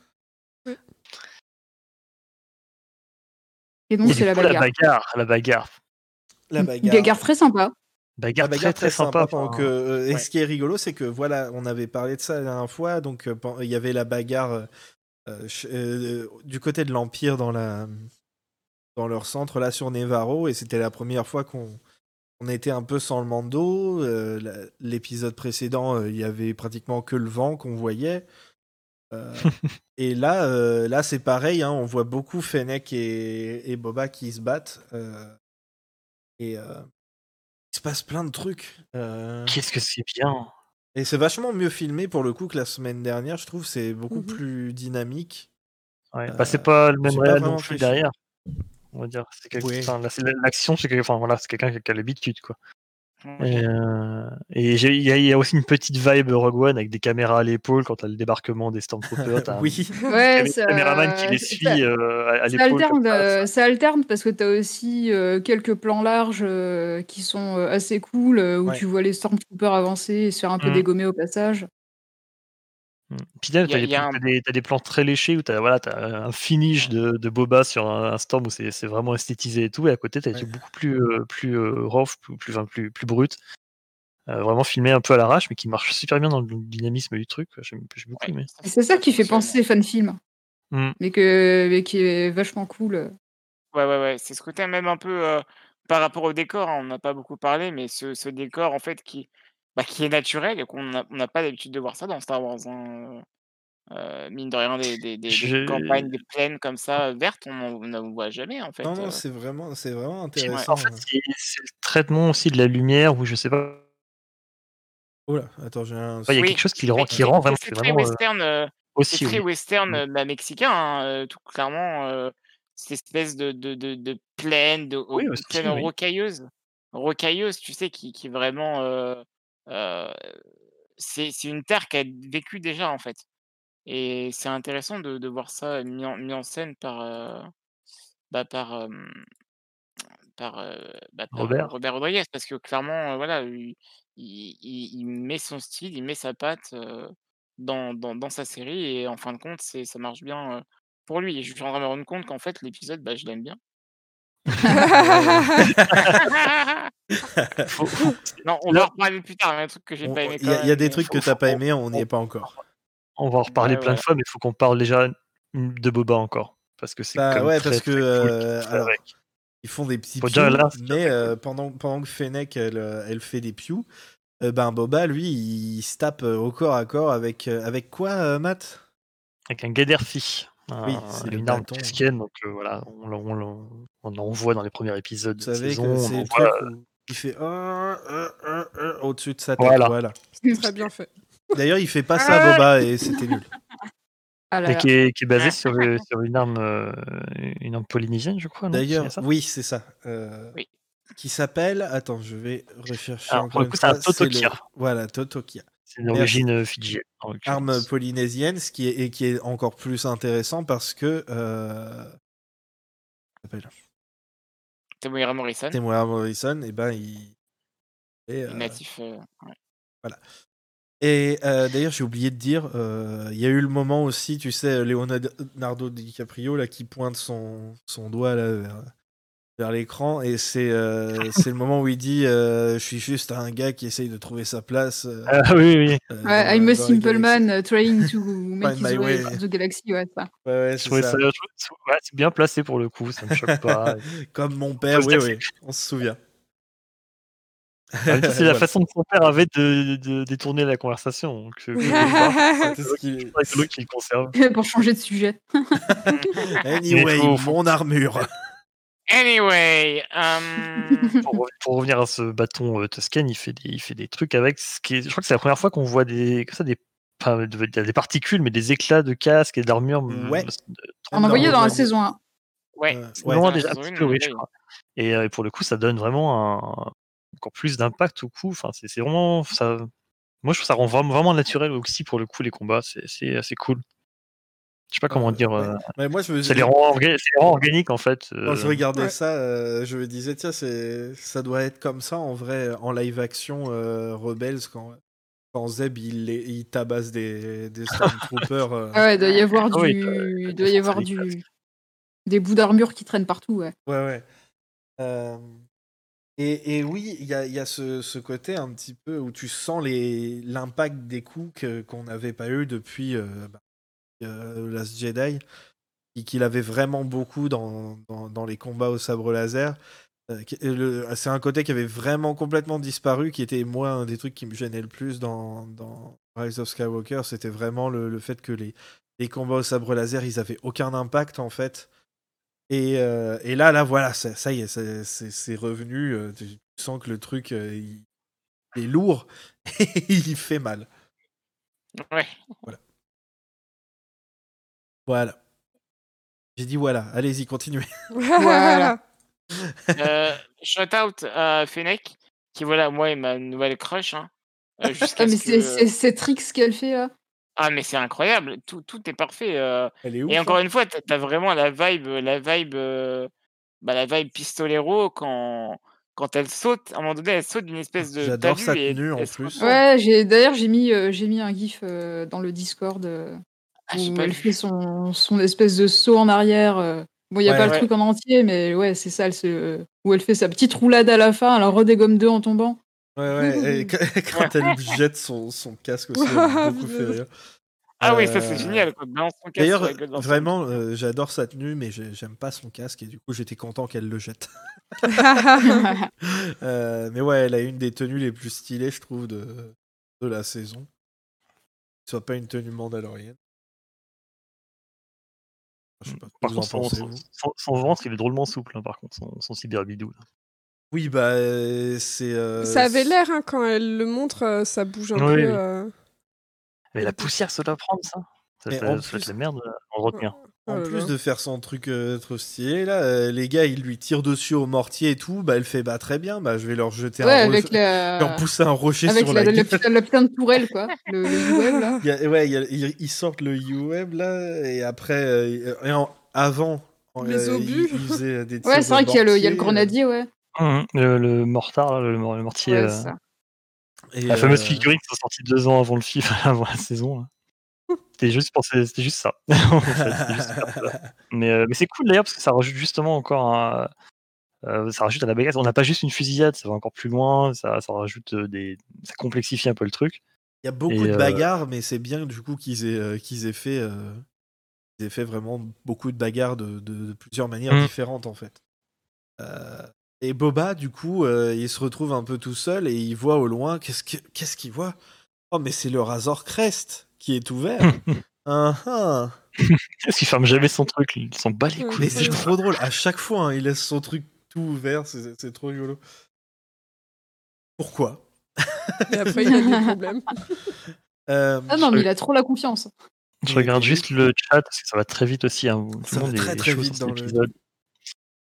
Et donc, Et c'est du la coup, bagarre. La bagarre. La Une bagarre. bagarre très sympa. La Bagarre bagarre très sympa. pendant enfin, que, et ouais. ce qui est rigolo, c'est que voilà, on avait parlé de ça la dernière fois, donc il y avait la bagarre du côté de l'Empire dans leur centre là sur Nevarro, et c'était la première fois qu'on était un peu sans le Mando. L'épisode précédent, il y avait pratiquement que le vent qu'on voyait. Et là c'est pareil, hein, on voit beaucoup Fennec et Boba qui se battent. Et il se passe plein de trucs. Qu'est-ce que c'est bien. Et c'est vachement mieux filmé pour le coup que la semaine dernière, je trouve. C'est beaucoup Mhm. plus dynamique. Ouais. Bah, c'est pas le même j'ai pas réel non vraiment plus fait chier. derrière. On va dire. Oui. Enfin, l'action, c'est quelqu'un qui a l'habitude, quoi. Ouais. Et il y a aussi une petite vibe Rogue One avec des caméras à l'épaule quand t'as le débarquement des Stormtroopers. T'as Oui. Ouais, un caméraman qui les suit à ça l'épaule. comme alterne, ça. ça alterne parce que t'as aussi quelques plans larges qui sont assez cool où Ouais. tu vois les Stormtroopers avancer et se faire un peu Mm. dégommer au passage. Puis là, Il y a un- t'as des plans très léchés où t'as un finish de Boba sur un Storm où c'est vraiment esthétisé et tout, et à côté t'as des trucs beaucoup plus rough, plus brut, vraiment filmé un peu à l'arrache, mais qui marche super bien dans le dynamisme du truc. J'ai beaucoup ouais, aimé. Et c'est ça qui fait fonctionne. penser fan film, Mm. mais qui est vachement cool. Ouais. C'est ce côté même un peu par rapport au décor, hein, on n'a pas beaucoup parlé, mais ce décor en fait qui est naturel et on n'a pas l'habitude de voir ça dans Star Wars, hein. Mine de rien, des Je- campagnes, des plaines comme ça vertes, on n'en voit jamais en fait. Non, c'est vraiment En intéressant. fait, c'est le traitement aussi de la lumière, ou je sais pas. Oula, attends, j'ai un. Il y a Oui, quelque chose qui mais rend vraiment. c'est très western, c'est Aussi, très oui. western mexicain, hein, tout clairement, cette espèce de plaine, Oui, plaine aussi, oui. rocailleuse, tu sais, qui vraiment, heu, c'est une terre qui a vécu déjà, en fait, et c'est intéressant de voir ça mis en scène par Robert. Robert Rodriguez, parce que clairement, voilà, il met son style, il met sa patte, dans sa série, et en fin de compte, ça marche bien, pour lui, et je suis en train de me rendre compte qu'en fait l'épisode, je l'aime bien. Non, on va en reparler plus tard, il y a un truc que j'ai pas aimé Il quand y a même, des mais trucs que t'as pas aimé, on n'y est pas encore. On va en reparler plein de ouais. fois, mais il faut qu'on parle déjà de Boba encore, parce que c'est quand même Ouais, très, parce très que cool ce qu'il fait alors, avec. ils font des petits Faut dire pious, là, c'est mais très cool. pendant que Fennec elle fait des pious, Boba lui il se tape au corps à corps avec quoi, Matt? Avec un Gaddafi, Oui, c'est le une arme bâton. tusken, donc voilà, on en voit dans les premiers épisodes Vous de la savez saison. que On c'est en le voit, truc où il fait au-dessus de sa tête, Voilà. voilà. C'est très bien fait. D'ailleurs, il fait pas ça, Boba, et c'était nul. Ah là et là. qui est basé sur une arme polynésienne, je crois, non? D'ailleurs, C'est ça? oui, c'est ça. Oui. Qui s'appelle. Attends, je vais rechercher Alors, pour encore le une coup, c'est un fois. C'est Totokia. Voilà, Totokia. C'est d'origine fidjienne, en Arme l'occurrence. polynésienne, qui est encore plus intéressant parce que. Temuera Morrison, Temuera Morrison, et ben il est natif. voilà. Et d'ailleurs, j'ai oublié de dire, il y a eu le moment aussi, tu sais, Leonardo DiCaprio là qui pointe son doigt là vers l'écran, et c'est le moment où il dit je suis juste un gars qui essaye de trouver sa place Ah oui. Ouais, I'm a dans la simple galaxie. man trying to make Find my his way way. to the galaxy, ouais, ça. Ouais, Je c'est trouvais ça. ça, ouais, c'est bien placé pour le coup, ça me choque pas. Comme mon père, Faut se oui, dire on se souvient. En même temps, c'est la Voilà. façon que son père avait de détourner la conversation. Donc, quelque part, C'est ce qu'il- c'est rigolo qu'il le conserve. Pour changer de sujet. Anyway, faut- mon armure. Anyway, Pour revenir à ce bâton Tusken, il fait des trucs avec. Je crois que c'est la première fois qu'on voit des particules, mais des éclats de casque et d'armure. Ouais. On en voyait dans la saison 1. ouais. Ouais. Non, dans la déjà un saison petit une, peu, on oui, l'a je eu. crois. Et pour le coup, ça donne vraiment encore plus d'impact au coup. Enfin, c'est vraiment ça. Moi, je trouve que ça rend vraiment naturel aussi pour le coup les combats. C'est assez cool. Je sais pas comment dire. Ouais. Mais moi, Ça les rend organiques en fait. Quand je regardais Ouais. ça, je me disais, tiens, ça doit être comme ça en vrai, en live action Rebels, quand Zeb il tabasse des Stormtroopers. Ah ouais, il doit y avoir Ah oui, des bouts d'armure qui traînent partout, ouais. Ouais. Et oui, il y a ce côté un petit peu où tu sens l'impact des coups qu'on n'avait pas eu depuis Last Jedi, et qu'il avait vraiment beaucoup dans les combats au sabre laser. C'est un côté qui avait vraiment complètement disparu, qui était moi un des trucs qui me gênait le plus dans Rise of Skywalker. C'était vraiment le fait que les combats au sabre laser, ils avaient aucun impact en fait. Et là voilà, ça y est, c'est revenu. Tu sens que le truc il est lourd et il fait mal. Ouais. Voilà. J'ai dit voilà, allez-y, continuez. Voilà. Shout out à Fennec, qui voilà, moi est ma nouvelle crush. Hein, jusqu'à Ah, mais ce que... c'est Trix qu'elle fait, là. Ah, mais c'est incroyable, tout est parfait. Elle est ouf. Et encore une fois, t'as vraiment la vibe pistolero quand elle saute. À un moment donné, elle saute d'une espèce de J'adore talus sa et tenue en elle se plus. retourne. Ouais, d'ailleurs, j'ai mis un gif dans le Discord Ah, j'ai où pas elle vu. fait son espèce de saut en arrière. Bon, il n'y a Ouais. pas le Ouais. truc en entier, mais ouais, c'est ça, où elle fait sa petite roulade à la fin, elle en redégomme 2 en tombant. Ouais, et quand elle jette son casque aussi, elle m'a beaucoup fait rire. Ah oui, ça c'est génial, quoi. Balance son casque sur D'ailleurs, la gueule d'un vraiment, stormtrooper. j'adore sa tenue, mais j'aime pas son casque, et du coup, j'étais content qu'elle le jette. Mais ouais, elle a une des tenues les plus stylées, je trouve, de la saison. Ce soit pas une tenue mandalorienne. Je sais pas ce que Par vous en contre, pensez, vous. son ventre, il est drôlement souple, hein, par contre, son cyberbidou. Là. Oui, bah, c'est... Ça avait l'air, hein, quand elle le montre, ça bouge un Oui, peu. oui. Mais la poussière, ça doit prendre, ça. Ça Mais doit en être plus- la merde à en retenir. Oh En là plus là. de faire son truc trop stylé, là, les gars, ils lui tirent dessus au mortier et tout, bah, elle fait, bah, très bien, bah, je vais leur jeter Ouais, un avec je vais leur pousser un rocher avec sur la gueule. la putain de tourelle, quoi. Le U-Web, là. Ils sortent le U-Web, là, et après, avant, Les obus. ils faisaient des tirs Ouais, c'est vrai de qu'il y a le mortier, grenadier, ouais. Le mortar, là, le mortier. Ouais, c'est ça. et, La fameuse figurine qui sont sorties 2 ans avant le film, avant la saison. Là. C'était juste ça. En fait, c'était juste ça. Mais c'est cool d'ailleurs parce que ça rajoute justement encore ça rajoute à la bagarre. On n'a pas juste une fusillade, ça va encore plus loin, ça rajoute ça complexifie un peu le truc. Il y a beaucoup de bagarres, mais c'est bien du coup qu'ils aient fait vraiment beaucoup de bagarres de plusieurs manières différentes en fait. Et Boba, du coup, il se retrouve un peu tout seul et il voit au loin, qu'est-ce qu'il voit? Oh, mais c'est le Razor Crest qui est ouvert. Parce qu'il ferme jamais son truc, il s'en bat les couilles. Mais c'est trop drôle, à chaque fois, hein, il laisse son truc tout ouvert, c'est trop rigolo. Pourquoi? Et après, il a des problèmes. Ah non, mais il a trop la confiance. Je regarde juste le chat parce que ça va très vite aussi. Hein. Tout Ça le va monde très est très chaud vite sur dans cet épisode.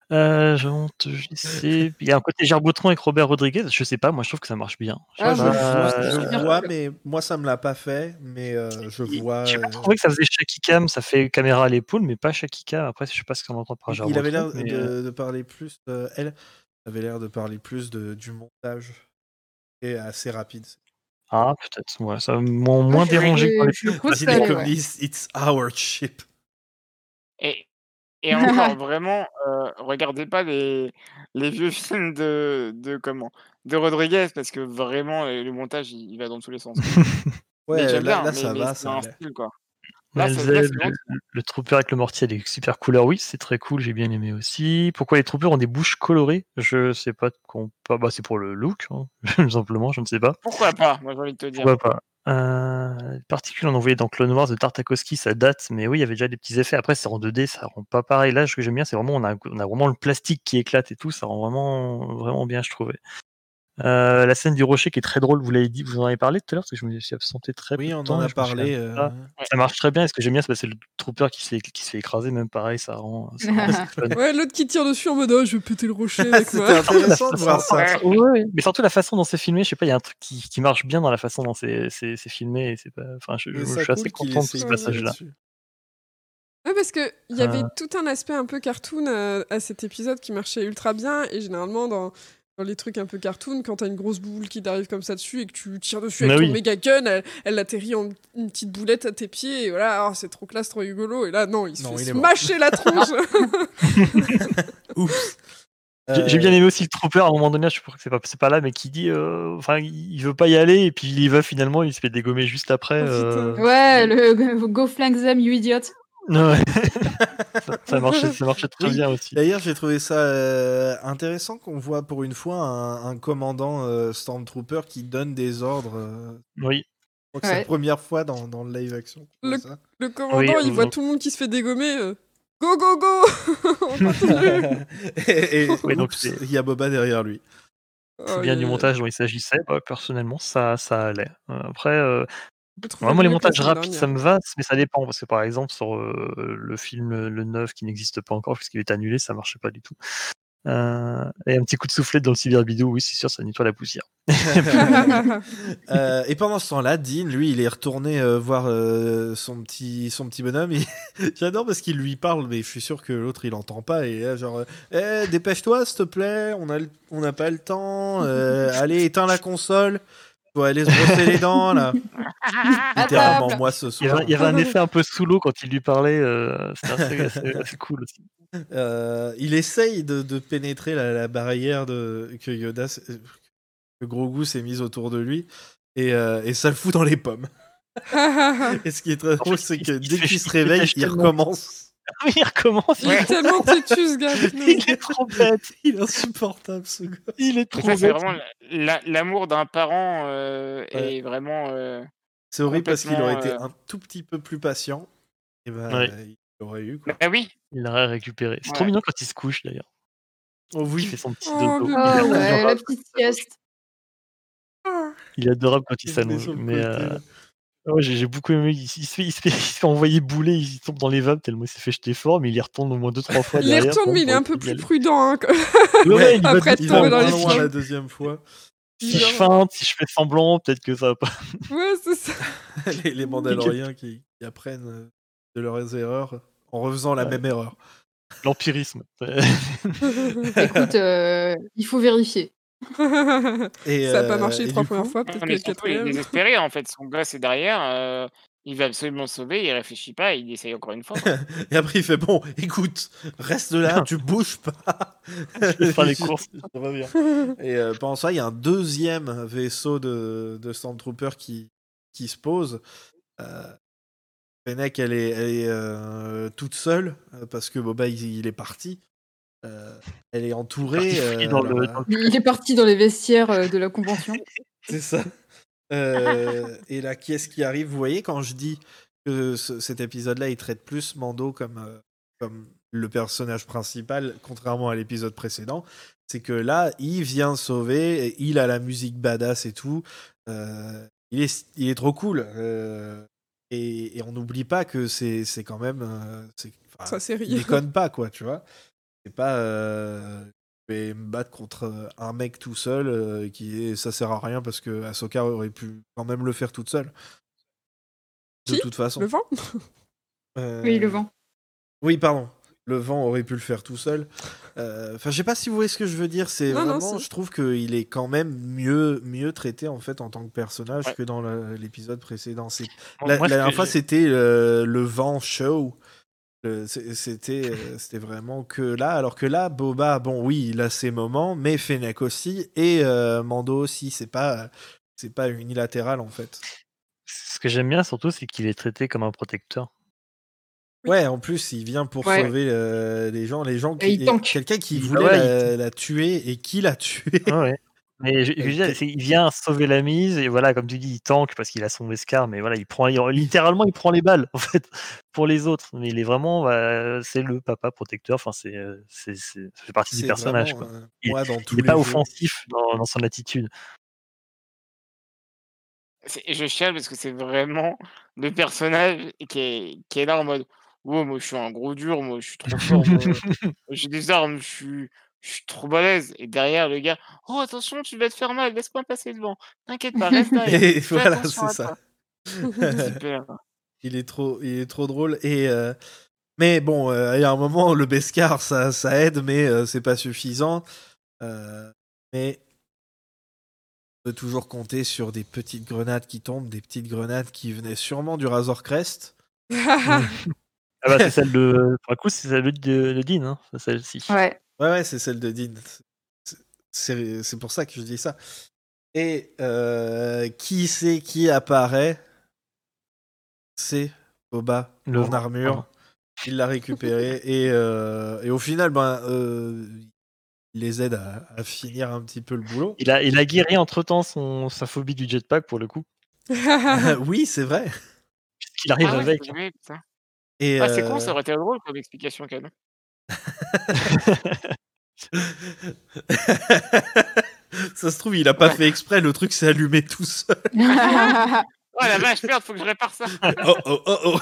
Je monte JC. Il y a un côté Gerbotron avec Robert Rodriguez. Je sais pas, moi je trouve que ça marche bien. Ah, Je moi, je trouve vois, que c'est je super vois, cool. mais moi ça me l'a pas fait. Mais je vois. J'ai pas trouvé que ça faisait shaky cam, ça fait caméra à l'épaule, mais pas shaky cam. Après, je sais pas ce qu'on entend par Il avait Gerbotron. l'air de parler plus. Elle avait l'air de parler plus du montage et assez rapide. Ah, peut-être. Ouais, ça m'a moins je dérangé que dans les je trouve que Il ça est allait, comme ouais. this, it's our ship. Et, et encore, vraiment, regardez pas les vieux films de Rodriguez, parce que vraiment, le montage, il va dans tous les sens, quoi. Mais Ouais, j'aime bien, là ça mais va, c'est ça un allait. style, quoi. Là, c'est Nelzel, vraiment le trooper avec le mortier, les super couleurs, oui, c'est très cool, j'ai bien aimé aussi. Pourquoi les troopers ont des bouches colorées? Je sais pas bah, c'est pour le look, hein, tout simplement, je ne sais pas. pourquoi pas, moi, j'ai envie de te dire. Pourquoi pas? Les particules, on en voyait dans Clone Wars de Tartakovsky, ça date, mais oui, il y avait déjà des petits effets. Après, c'est en 2D, ça rend pas pareil. Là, ce que j'aime bien, c'est vraiment, on a vraiment le plastique qui éclate et tout, ça rend vraiment bien, je trouvais. La scène du rocher qui est très drôle, vous l'avez dit, vous en avez parlé tout à l'heure, parce que je me suis absenté très peu Oui, de on temps en et a je me souviens parlé. pas. Ouais. Ça marche très bien, et ce que j'aime bien, c'est le trooper qui se fait écraser, même pareil, ça rend assez fun. Ouais, l'autre qui tire dessus en mode oh, je vais péter le rocher avec C'était moi. intéressant de voir ça. Ouais. Ouais, mais surtout la façon dont c'est filmé, je sais pas, il y a un truc qui marche bien dans la façon dont c'est filmé, et c'est pas, enfin, je C'est ça suis assez cool qu'il content de essaye ce de jouer passage-là. là-dessus. Ouais, parce qu'il y Euh, avait tout un aspect un peu cartoon à cet épisode qui marchait ultra bien. Et généralement, dans les trucs un peu cartoon, quand t'as une grosse boule qui t'arrive comme ça dessus et que tu tires dessus Mais avec ton oui. méga gun, elle atterrit en une petite boulette à tes pieds. Et voilà, oh, c'est trop classe, trop rigolo. Et là, non, il se Non, fait il est mort. smasher la tronche. Oups. J'ai bien aimé aussi le trooper à un moment donné, je crois que c'est pas là, mais qui dit, enfin, il veut pas y aller, et puis il y va finalement, il se fait dégommer juste après. Oh, putain. Ouais, le go flank them, you idiot. Ouais. ça marchait très Oui, bien aussi. d'ailleurs, j'ai trouvé ça intéressant qu'on voit pour une fois un commandant Stormtrooper qui donne des ordres. Oui. Je crois que c'est la Ouais. première fois dans le live action qu'on voit ça. Le commandant, il voit tout le monde qui se fait dégommer. Go, go, go. On continue. et Oui, donc oups, il y a Boba derrière lui. C'est Oh, bien yeah, du yeah. montage dont il s'agissait. Personnellement, ça allait. Après, Je trouvais moi, les mieux que la montages semaine rapides, ça dernière. me va, mais ça dépend. Parce que par exemple, sur le film le 9 qui n'existe pas encore, puisqu'il est annulé, ça marchait pas du tout. Et un petit coup de soufflette dans le cyberbidou, oui, c'est sûr, ça nettoie la poussière. Et pendant ce temps-là, Dean, lui, il est retourné voir son petit bonhomme. J'adore parce qu'il lui parle, mais je suis sûr que l'autre il entend pas. Et là, genre, dépêche-toi, s'il te plaît, on n'a pas le temps. Allez, éteins la console. Faut aller se brosser les dents là. Littéralement, moi ce soir. Il y avait un effet un peu sous l'eau quand il lui parlait, c'était assez cool aussi. Il essaye de pénétrer la barrière que Yoda, que Grogu s'est mise autour de lui, et ça le fout dans les pommes. Et ce qui est très drôle, c'est que dès qu'il se réveille, il recommence. Oui, il recommence. Il est tellement têtu, ce gars. Il est trop bête. Il est insupportable, ce gars. Il est Mais trop ça, c'est bête. vraiment l'amour d'un parent est vraiment C'est horrible parce qu'il aurait été complètement, un tout petit peu plus patient. Et ben, Ouais. il aurait eu quoi. Bah oui, Il l'aurait récupéré. C'est Ouais. trop mignon quand il se couche d'ailleurs. Oh Il oui. fait son petit Oh, dodo. bébé. Il est Oh ouais, la adorable. petite sieste. Il est adorable quand il Il se met s'allonge. sur le Mais côté. ouais, j'ai beaucoup aimé. Il se fait envoyer bouler, il tombe dans les vapes tellement il s'est fait jeter fort, mais il y retourne au moins 2-3 fois Il y derrière. retourne, mais il est un peu plus prudent. Hein, Ouais, il va Après être Il doucement, tombé va dans les moins loin films. la deuxième fois. Si je feinte, si je fais semblant, peut-être que ça va pas. Ouais, c'est ça. les Mandaloriens qui apprennent de leurs erreurs en refaisant la même erreur. L'empirisme. Écoute, il faut vérifier. Et, Ça a pas marché et les 3 du premières coup- fois, peut-être que mais le surtout, il est quatrième. désespéré en fait. Son gosse est derrière, il va absolument le sauver, il réfléchit pas, il essaye encore une fois, quoi. Et après, il fait bon, écoute, reste là, tu bouges pas. Je vais faire les courses. Je reviens. Et pendant ça, il y a un deuxième vaisseau de Stormtrooper qui se pose. Fennec, elle est toute seule parce que Boba il est parti. Elle est entourée. Parti free dans le- alors, Il est parti dans les vestiaires de la convention. c'est ça. Et là, qui est-ce qui arrive? Vous voyez, quand je dis que cet épisode-là, il traite plus Mando comme le personnage principal, contrairement à l'épisode précédent, c'est que là, il vient sauver, il a la musique badass et tout. Il est trop cool. Et on n'oublie pas que c'est quand même. Ça, c'est il rien. déconne pas, quoi, tu vois. C'est pas je vais me battre contre un mec tout seul ça sert à rien parce que Ahsoka aurait pu quand même le faire toute seule. De Qui toute façon. Le vent Oui, le Euh, vent. Oui, pardon. Le vent aurait pu le faire tout seul. Enfin, je sais pas si vous voyez ce que je veux dire. C'est Non, non, vraiment, si. je trouve qu'il est quand même mieux traité en fait en tant que personnage Ouais. que dans l'épisode précédent. Moi, La ce dernière que fois, j'ai- c'était le vent show. C'était vraiment que là, alors que là, Boba, bon, oui, il a ses moments, mais Fennec aussi et Mando aussi. C'est pas unilatéral en fait. ce que j'aime bien surtout, c'est qu'il est traité comme un protecteur. Oui. Ouais, en plus, il vient pour Ouais. sauver les gens Et il tank. quelqu'un qui Il- voulait ouais, la tuer et qui l'a tué. Ah ouais. Mais je veux dire, il vient sauver la mise et voilà, comme tu dis, il tank parce qu'il a son escar, mais voilà, littéralement il prend les balles en fait pour les autres. Mais il est vraiment, c'est le papa protecteur. Enfin, ça fait partie du C'est personnage, vraiment, quoi. moi, dans Il tous n'est les pas jeux. offensif dans son attitude. Je chiale parce que c'est vraiment le personnage qui est là en mode «Ouais, moi je suis un gros dur, moi je suis trop fort, moi j'ai des armes, je suis trop balèze» et derrière le gars: «Oh attention, tu vas te faire mal, laisse-moi passer devant. T'inquiète pas, reste derrière. Et Fais voilà, attention c'est à ça. toi». Super. Il est trop drôle. Mais bon, il y a un moment, le Beskar, ça aide, mais c'est pas suffisant. Mais on peut toujours compter sur des petites grenades qui tombent, des petites grenades qui venaient sûrement du Razor Crest. Ah bah c'est celle de. Pour le coup, c'est celle de Dean, hein, c'est celle-ci. Ouais. Ouais, c'est celle de Dean. C'est pour ça que je dis ça. Et qui c'est qui apparaît? C'est Boba Le en vent, armure. pardon. Il l'a récupéré et au final, il les aide à finir un petit peu le boulot. Il a guéri entre-temps sa phobie du jetpack pour le coup, Oui, c'est vrai. puisqu'il arrive Ah ouais, avec. c'est vrai, putain. Et Ah c'est con, ça aurait été drôle comme explication canon. ça se trouve, il a pas Ouais. fait exprès. Le truc s'est allumé tout seul. Oh la vache, merde, faut que je répare ça. Oh.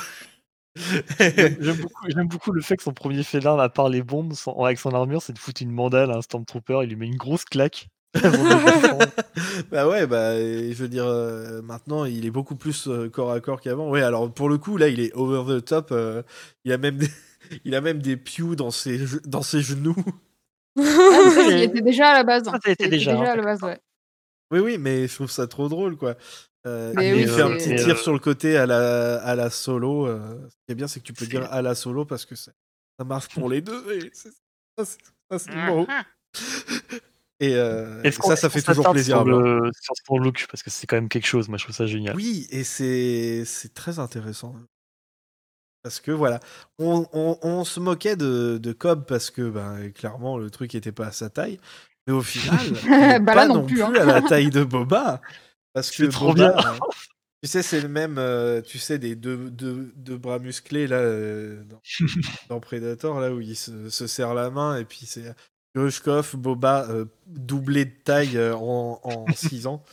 J'aime beaucoup le fait que son premier fait d'armes, à part les bombes, avec son armure, c'est de foutre une mandale à un Stormtrooper. Il lui met une grosse claque. avant de le défendre. Bah ouais, et je veux dire, maintenant, il est beaucoup plus corps à corps qu'avant. Ouais, alors pour le coup, là, il est over the top. Il a même il a même des pews dans ses genoux. Ah, mais ça, il était déjà à la base. Ça était déjà, hein, à la base, ouais. Oui, mais je trouve ça trop drôle, quoi. Mais il oui, fait un c'est- petit tir sur le côté à la solo. Ce qui est bien, c'est que tu peux dire à la solo parce que ça marche pour les deux. Et c'est beau. Et ça fait toujours plaisir à voir. sur son look, parce que c'est quand même quelque chose. Moi, je trouve ça génial. Oui, et c'est très intéressant. Parce que voilà, on se moquait de Cobb parce que clairement le truc était pas à sa taille. Mais au final, il est Bah pas là non non plus, plus hein. à la taille de Boba. Parce que C'est trop Boba, bien. tu sais, c'est le même, tu sais, des deux bras musclés là, dans Predator, là où il se serre la main, et puis c'est Grushkov, Boba, doublé de taille en 6 ans.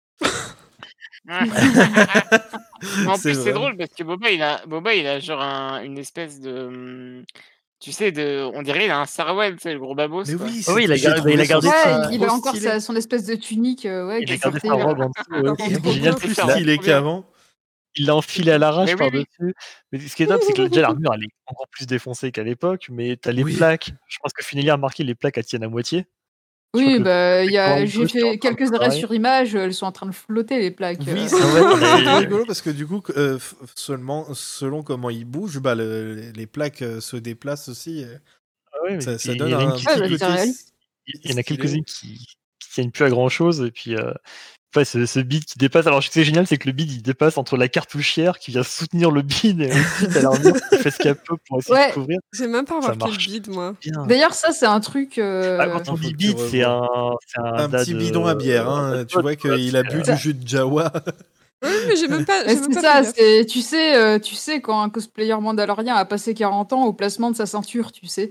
En C'est plus, c'est vraiment- drôle parce que Boba, il a genre une espèce de, tu sais, on dirait il a un sarouel, tu sais, le gros babos, Mais quoi. oui, Oui, il a j'ai gardé- trouvé il a son gardé style sa- Ouais, il trop a encore stylé. son espèce de tunique ouais, Il qui a gardé sortait, sa robe en dessous. Ça Ce qui rend est trop génial, bien. c'est Plus qu'il l'a- stylé trop bien. qu'avant. il l'a enfilé à l'arrache Mais oui, oui. par-dessus. Mais ce qui est top, c'est que déjà l'armure, elle est encore plus défoncée qu'à l'époque. Mais t'as les Oui. plaques. Je pense que Finelli a remarqué, les plaques, elles tiennent à moitié. Je crois Oui, que le bah, commando j'ai bleu, c'est en fait train de quelques arrêts préparer. sur image, elles sont en train de flotter les plaques. Oui, Ah ouais, c'est mais- rigolo parce que du coup, selon comment il bouge, les plaques se déplacent aussi. Ah ouais, mais Ça il donne y en a une un qui- Ouais, petit bah, c'est côté réaliste. il y en a stylé. quelques-unes qui tiennent plus à grand chose. Et puis, ouais, ce bid qui dépasse. Alors, ce qui est génial, c'est que le bid il dépasse entre la cartouchière qui vient soutenir le bid et ensuite à l'armure qui fait ce qu'elle peut pour essayer de Ouais. couvrir. J'ai même pas Ça remarqué le marche bide, moi. bien. D'ailleurs, ça, c'est un truc. Ah, quand on Faut dit que tu bid, c'est revoies. un Un dad, petit bidon à bière, un hein. dad Tu bod, vois quoi. qu'il a bu du jus de Jawa. Oui, mais j'ai même pas, Mais j'ai même c'est pas ça, fait gaffe. tu sais, quand un cosplayer mandalorien a passé 40 ans au placement de sa ceinture, tu sais.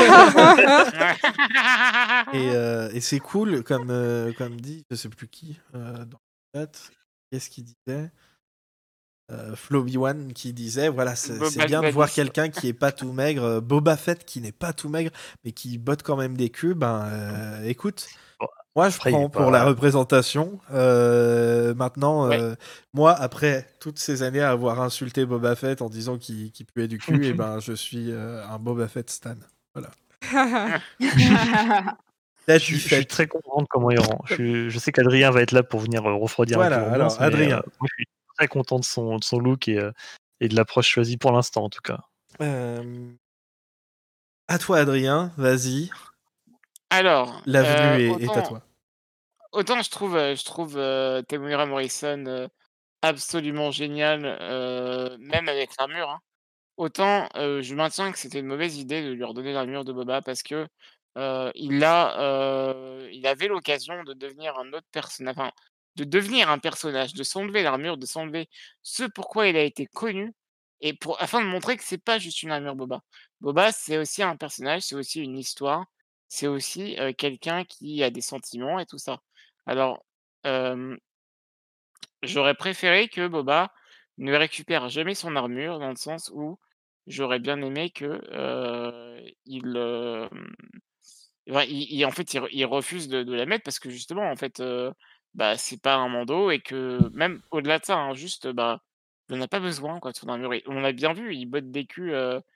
Et c'est cool, comme dit, je sais plus qui, dans le chat, qu'est-ce qu'il disait Floby-One qui disait voilà, c'est Boba bien de voir Gladys. quelqu'un qui est pas tout maigre, Boba Fett qui n'est pas tout maigre, mais qui botte quand même des culs. Écoute, Bon, moi je après, il est prends pour la pas. représentation. Maintenant, Ouais. moi, après toutes ces années à avoir insulté Boba Fett en disant qu'il puait du cul, et je suis un Boba Fett stan. Voilà. Je suis très content de comment il rend. Je sais qu'Adrien va être là pour venir refroidir un peu Voilà, l'ambiance, alors, Adrien. moi je suis très content de son look et de l'approche choisie pour l'instant en tout cas. À toi, Adrien, vas-y. Alors, L'avenue est à toi. autant je trouve Temuera Morrison absolument génial, même avec l'armure, hein. Autant je maintiens que c'était une mauvaise idée de lui redonner l'armure de Boba parce que il avait l'occasion de devenir un autre personnage, enfin, de devenir un personnage, de s'enlever l'armure, de s'enlever ce pourquoi il a été connu et afin de montrer que c'est pas juste une armure Boba. Boba, c'est aussi un personnage, c'est aussi une histoire, c'est aussi quelqu'un qui a des sentiments et tout ça. Alors, hem j'aurais préféré que Boba ne récupère jamais son armure, dans le sens où j'aurais bien aimé que, ouais, en fait, il refuse de la mettre parce que justement, en fait, c'est pas un Mando et que même au-delà de ça, hein, juste, il en a pas besoin quoi de son armure et on l'a bien vu, il botte des culs,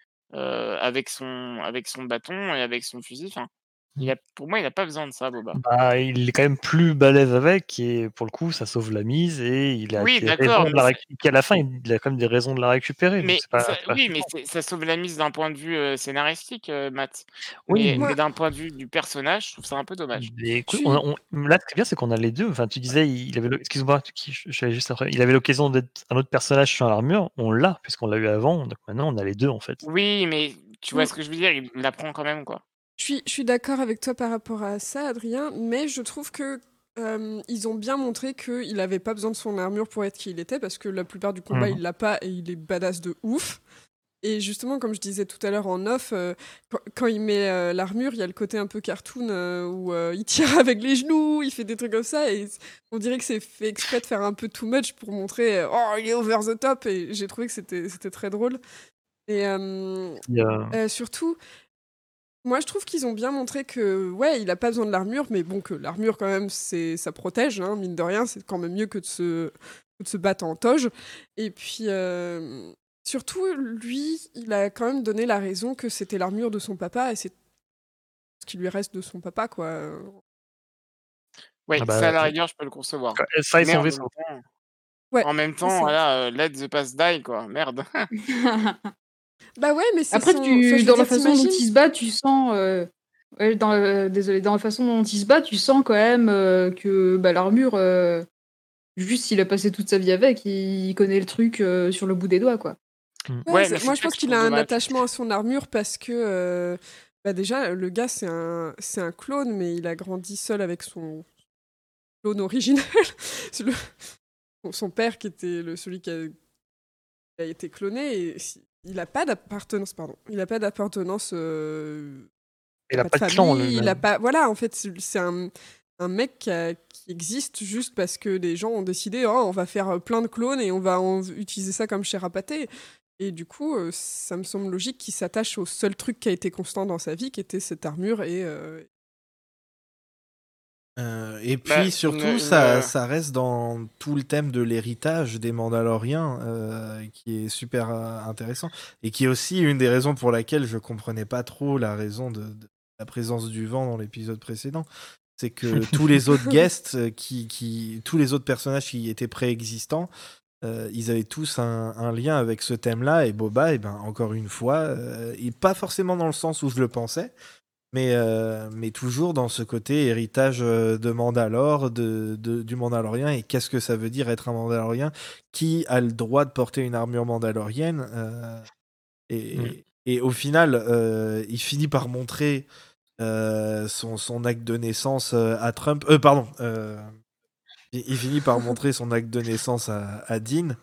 avec son bâton et avec son fusil, enfin, pour moi, il a pas besoin de ça, Boba. Il est quand même plus balèze avec et pour le coup ça sauve la mise et il a Oui, des d'accord, raisons de la récupérer. À la fin, il a quand même des raisons de la récupérer, donc mais c'est pas ça c'est pas oui, mais choquant. ça sauve la mise d'un point de vue, scénaristique, Matt. Oui, Mais Moi, d'un point de vue du personnage, je trouve ça un peu dommage. mais je écoute, suis. là, ce qui est bien, c'est qu'on a les 2. Enfin, tu disais, il avait excuse-moi, je suis allé juste après. Il avait l'occasion d'être un autre personnage sans l'armure, on l'a, puisqu'on l'a eu avant, donc maintenant on a les 2 en fait. Oui, mais tu vois Mm, ce que je veux dire? Il l'apprend quand même, quoi. je suis d'accord avec toi par rapport à ça, Adrien, mais je trouve que ils ont bien montré qu'il avait pas besoin de son armure pour être qui il était, parce que la plupart du combat, Mmh. il l'a pas et il est badass de ouf. Et justement, comme je disais tout à l'heure en off, quand il met l'armure, il y a le côté un peu cartoon où il tire avec les genoux, il fait des trucs comme ça, et on dirait que c'est fait exprès de faire un peu too much pour montrer oh, il est over the top, et j'ai trouvé que c'était très drôle. Et Il y a surtout, moi je trouve qu'ils ont bien montré que, ouais, il a pas besoin de l'armure, mais bon, que l'armure quand même, ça protège, hein, mine de rien, c'est quand même mieux que de se battre en toge. Et puis, surtout, lui, il a quand même donné la raison que c'était l'armure de son papa, et c'est ce qui lui reste de son papa, quoi. Ouais, ah ça, bah, à la rigueur, je peux le concevoir. ça et Mais son vaisseau. Ouais, en même c'est temps, ça. voilà, let the past die, quoi, merde. Bah ouais, mais c'est Après, son... Enfin, je veux dans la dire, façon dont t'imagines? il se bat, tu sens. Désolé, dans la façon dont il se bat, tu sens quand même que l'armure, juste il a passé toute sa vie avec, il connaît le truc sur le bout des doigts, quoi. Mmh. Ouais, Ouais, mais c'est moi je ça pense que je qu'il trouve a un dommage. attachement à son armure parce que, bah déjà, le gars, c'est un clone, mais il a grandi seul avec son clone originel. C'est son père qui était celui qui a été cloné, et il a pas d'appartenance, pardon. Il a pas d'appartenance, Il il a a pas de pas de clan famille, il a lui-même. pas. Voilà, en fait, c'est un mec qui existe juste parce que les gens ont décidé, oh, on va faire plein de clones et on va utiliser ça comme chair à pâté. Et du coup, ça me semble logique qu'il s'attache au seul truc qui a été constant dans sa vie, qui était cette armure. Et Bah, puis surtout, ça reste dans tout le thème de l'héritage des Mandaloriens, qui est super intéressant. Et qui est aussi une des raisons pour laquelle je comprenais pas trop la raison de la présence du vent dans l'épisode précédent. C'est que tous les autres guests, tous les autres personnages qui étaient préexistants, ils avaient tous un lien avec ce thème-là. Et Boba, encore une fois, et pas forcément dans le sens où je le pensais, mais toujours dans ce côté héritage de Mandalore, du Mandalorien, et qu'est-ce que ça veut dire être un Mandalorien, qui a le droit de porter une armure mandalorienne, et au final, il finit par montrer son acte de naissance à Trump. Pardon. Il finit par montrer son acte de naissance à Dean.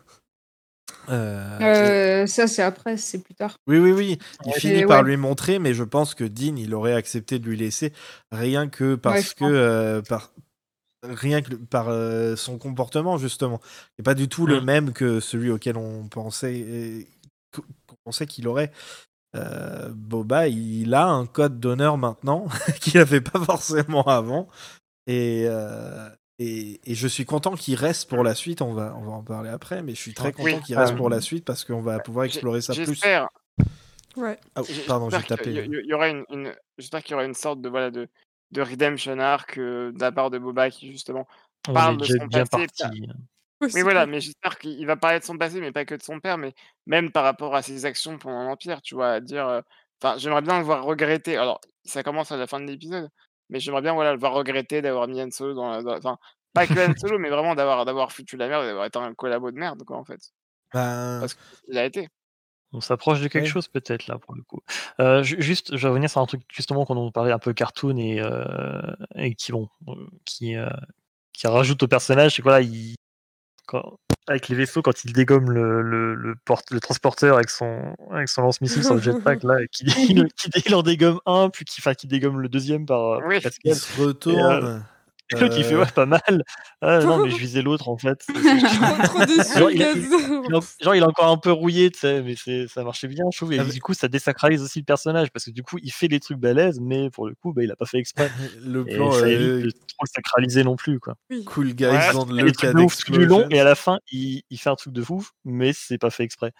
Ça, c'est après, c'est plus tard. Oui. Il finit Mais par ouais, lui montrer, mais je pense que Dean, il aurait accepté de lui laisser, rien que ouais, parce je que pense. rien que par son comportement, justement. Et pas du tout le même que celui auquel on pensait qu'il aurait. Boba, il a un code d'honneur maintenant qu'il n'avait pas forcément avant. Et je suis content qu'il reste pour la suite. On va en parler après, mais je suis très content qu'il reste pour la suite parce qu'on va pouvoir explorer ça plus. J'espère. Ouais. Ah, pardon, j'ai J'espère tapé. qu'il y aura j'espère qu'il y aura une sorte de redemption arc de la part de Boba qui justement On est parle de déjà son bien passé. parti. Oui, voilà, mais j'espère qu'il va parler de son passé, mais pas que de son père, mais même par rapport à ses actions pendant l'Empire, tu vois, à dire, enfin, j'aimerais bien le voir regretter. Alors, ça commence à la fin de l'épisode, mais j'aimerais bien, voilà, le voir regretter d'avoir mis Han Solo enfin, pas que Han Solo, mais vraiment d'avoir foutu la merde et d'avoir été un collabo de merde, quoi, en fait. Ben, Parce qu'il a été. On s'approche de quelque Ouais. chose peut-être là pour le coup. Juste, je vais revenir sur un truc justement qu'on en parlait un peu cartoon et qui rajoute au personnage, c'est quoi là, avec les vaisseaux, quand il dégomme le transporteur avec son lance-missile sur le jetpack là, et qu'il en dégomme un, puis qu'il dégomme le deuxième par Oui. il Pascal. se retourne. Et l'autre il fait ouais pas mal. Ah non mais je visais l'autre en fait. Trop déçu, Genre, il est encore un peu rouillé, tu sais, mais ça marchait bien, je trouve. Et du coup, ça désacralise aussi le personnage parce que du coup, il fait des trucs balèzes, mais pour le coup, il a pas fait exprès. Le Et plan ça évite de trop le sacraliser non plus, quoi. Cool guys Ouais, dans Il fait le des trucs cas de ouf tout du long, d'explosion. et à la fin, il fait un truc de fou, mais c'est pas fait exprès.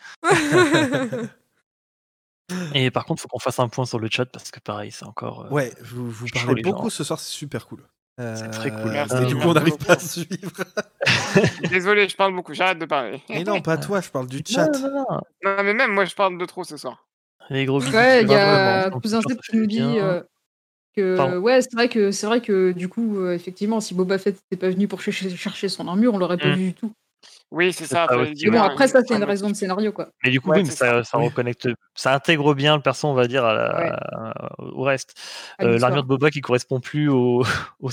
Et par contre, faut qu'on fasse un point sur le chat parce que pareil, c'est encore. Ouais, vous chaud, parlez les beaucoup gens. ce soir, c'est super cool. C'est très cool. Merci, Et du coup, merci on n'arrive beaucoup. pas à suivre. Désolé, je parle beaucoup, j'arrête de parler. Mais non, pas toi, je parle du chat. Non. Non, mais même moi, je parle de trop ce soir. Les gros bisous. Ouais, il y vraiment, a ça me Cousin fait Seb plaisir, ça qui nous fait dit bien. que Pardon. ouais, c'est vrai que du coup, effectivement, si Boba Fett n'était pas venu pour chercher son armure, on l'aurait pas vu du tout. Oui, c'est C'est ça. ça Fallait aussi, lui Mais donner bon, ouais. après ça, c'est un une raison de motif. scénario, quoi. Mais du coup, Ouais, oui, mais c'est ça. ça Oui. reconnecte, ça intègre bien le perso, on va dire, au reste. À l'histoire. L'armure de Boba qui correspond plus au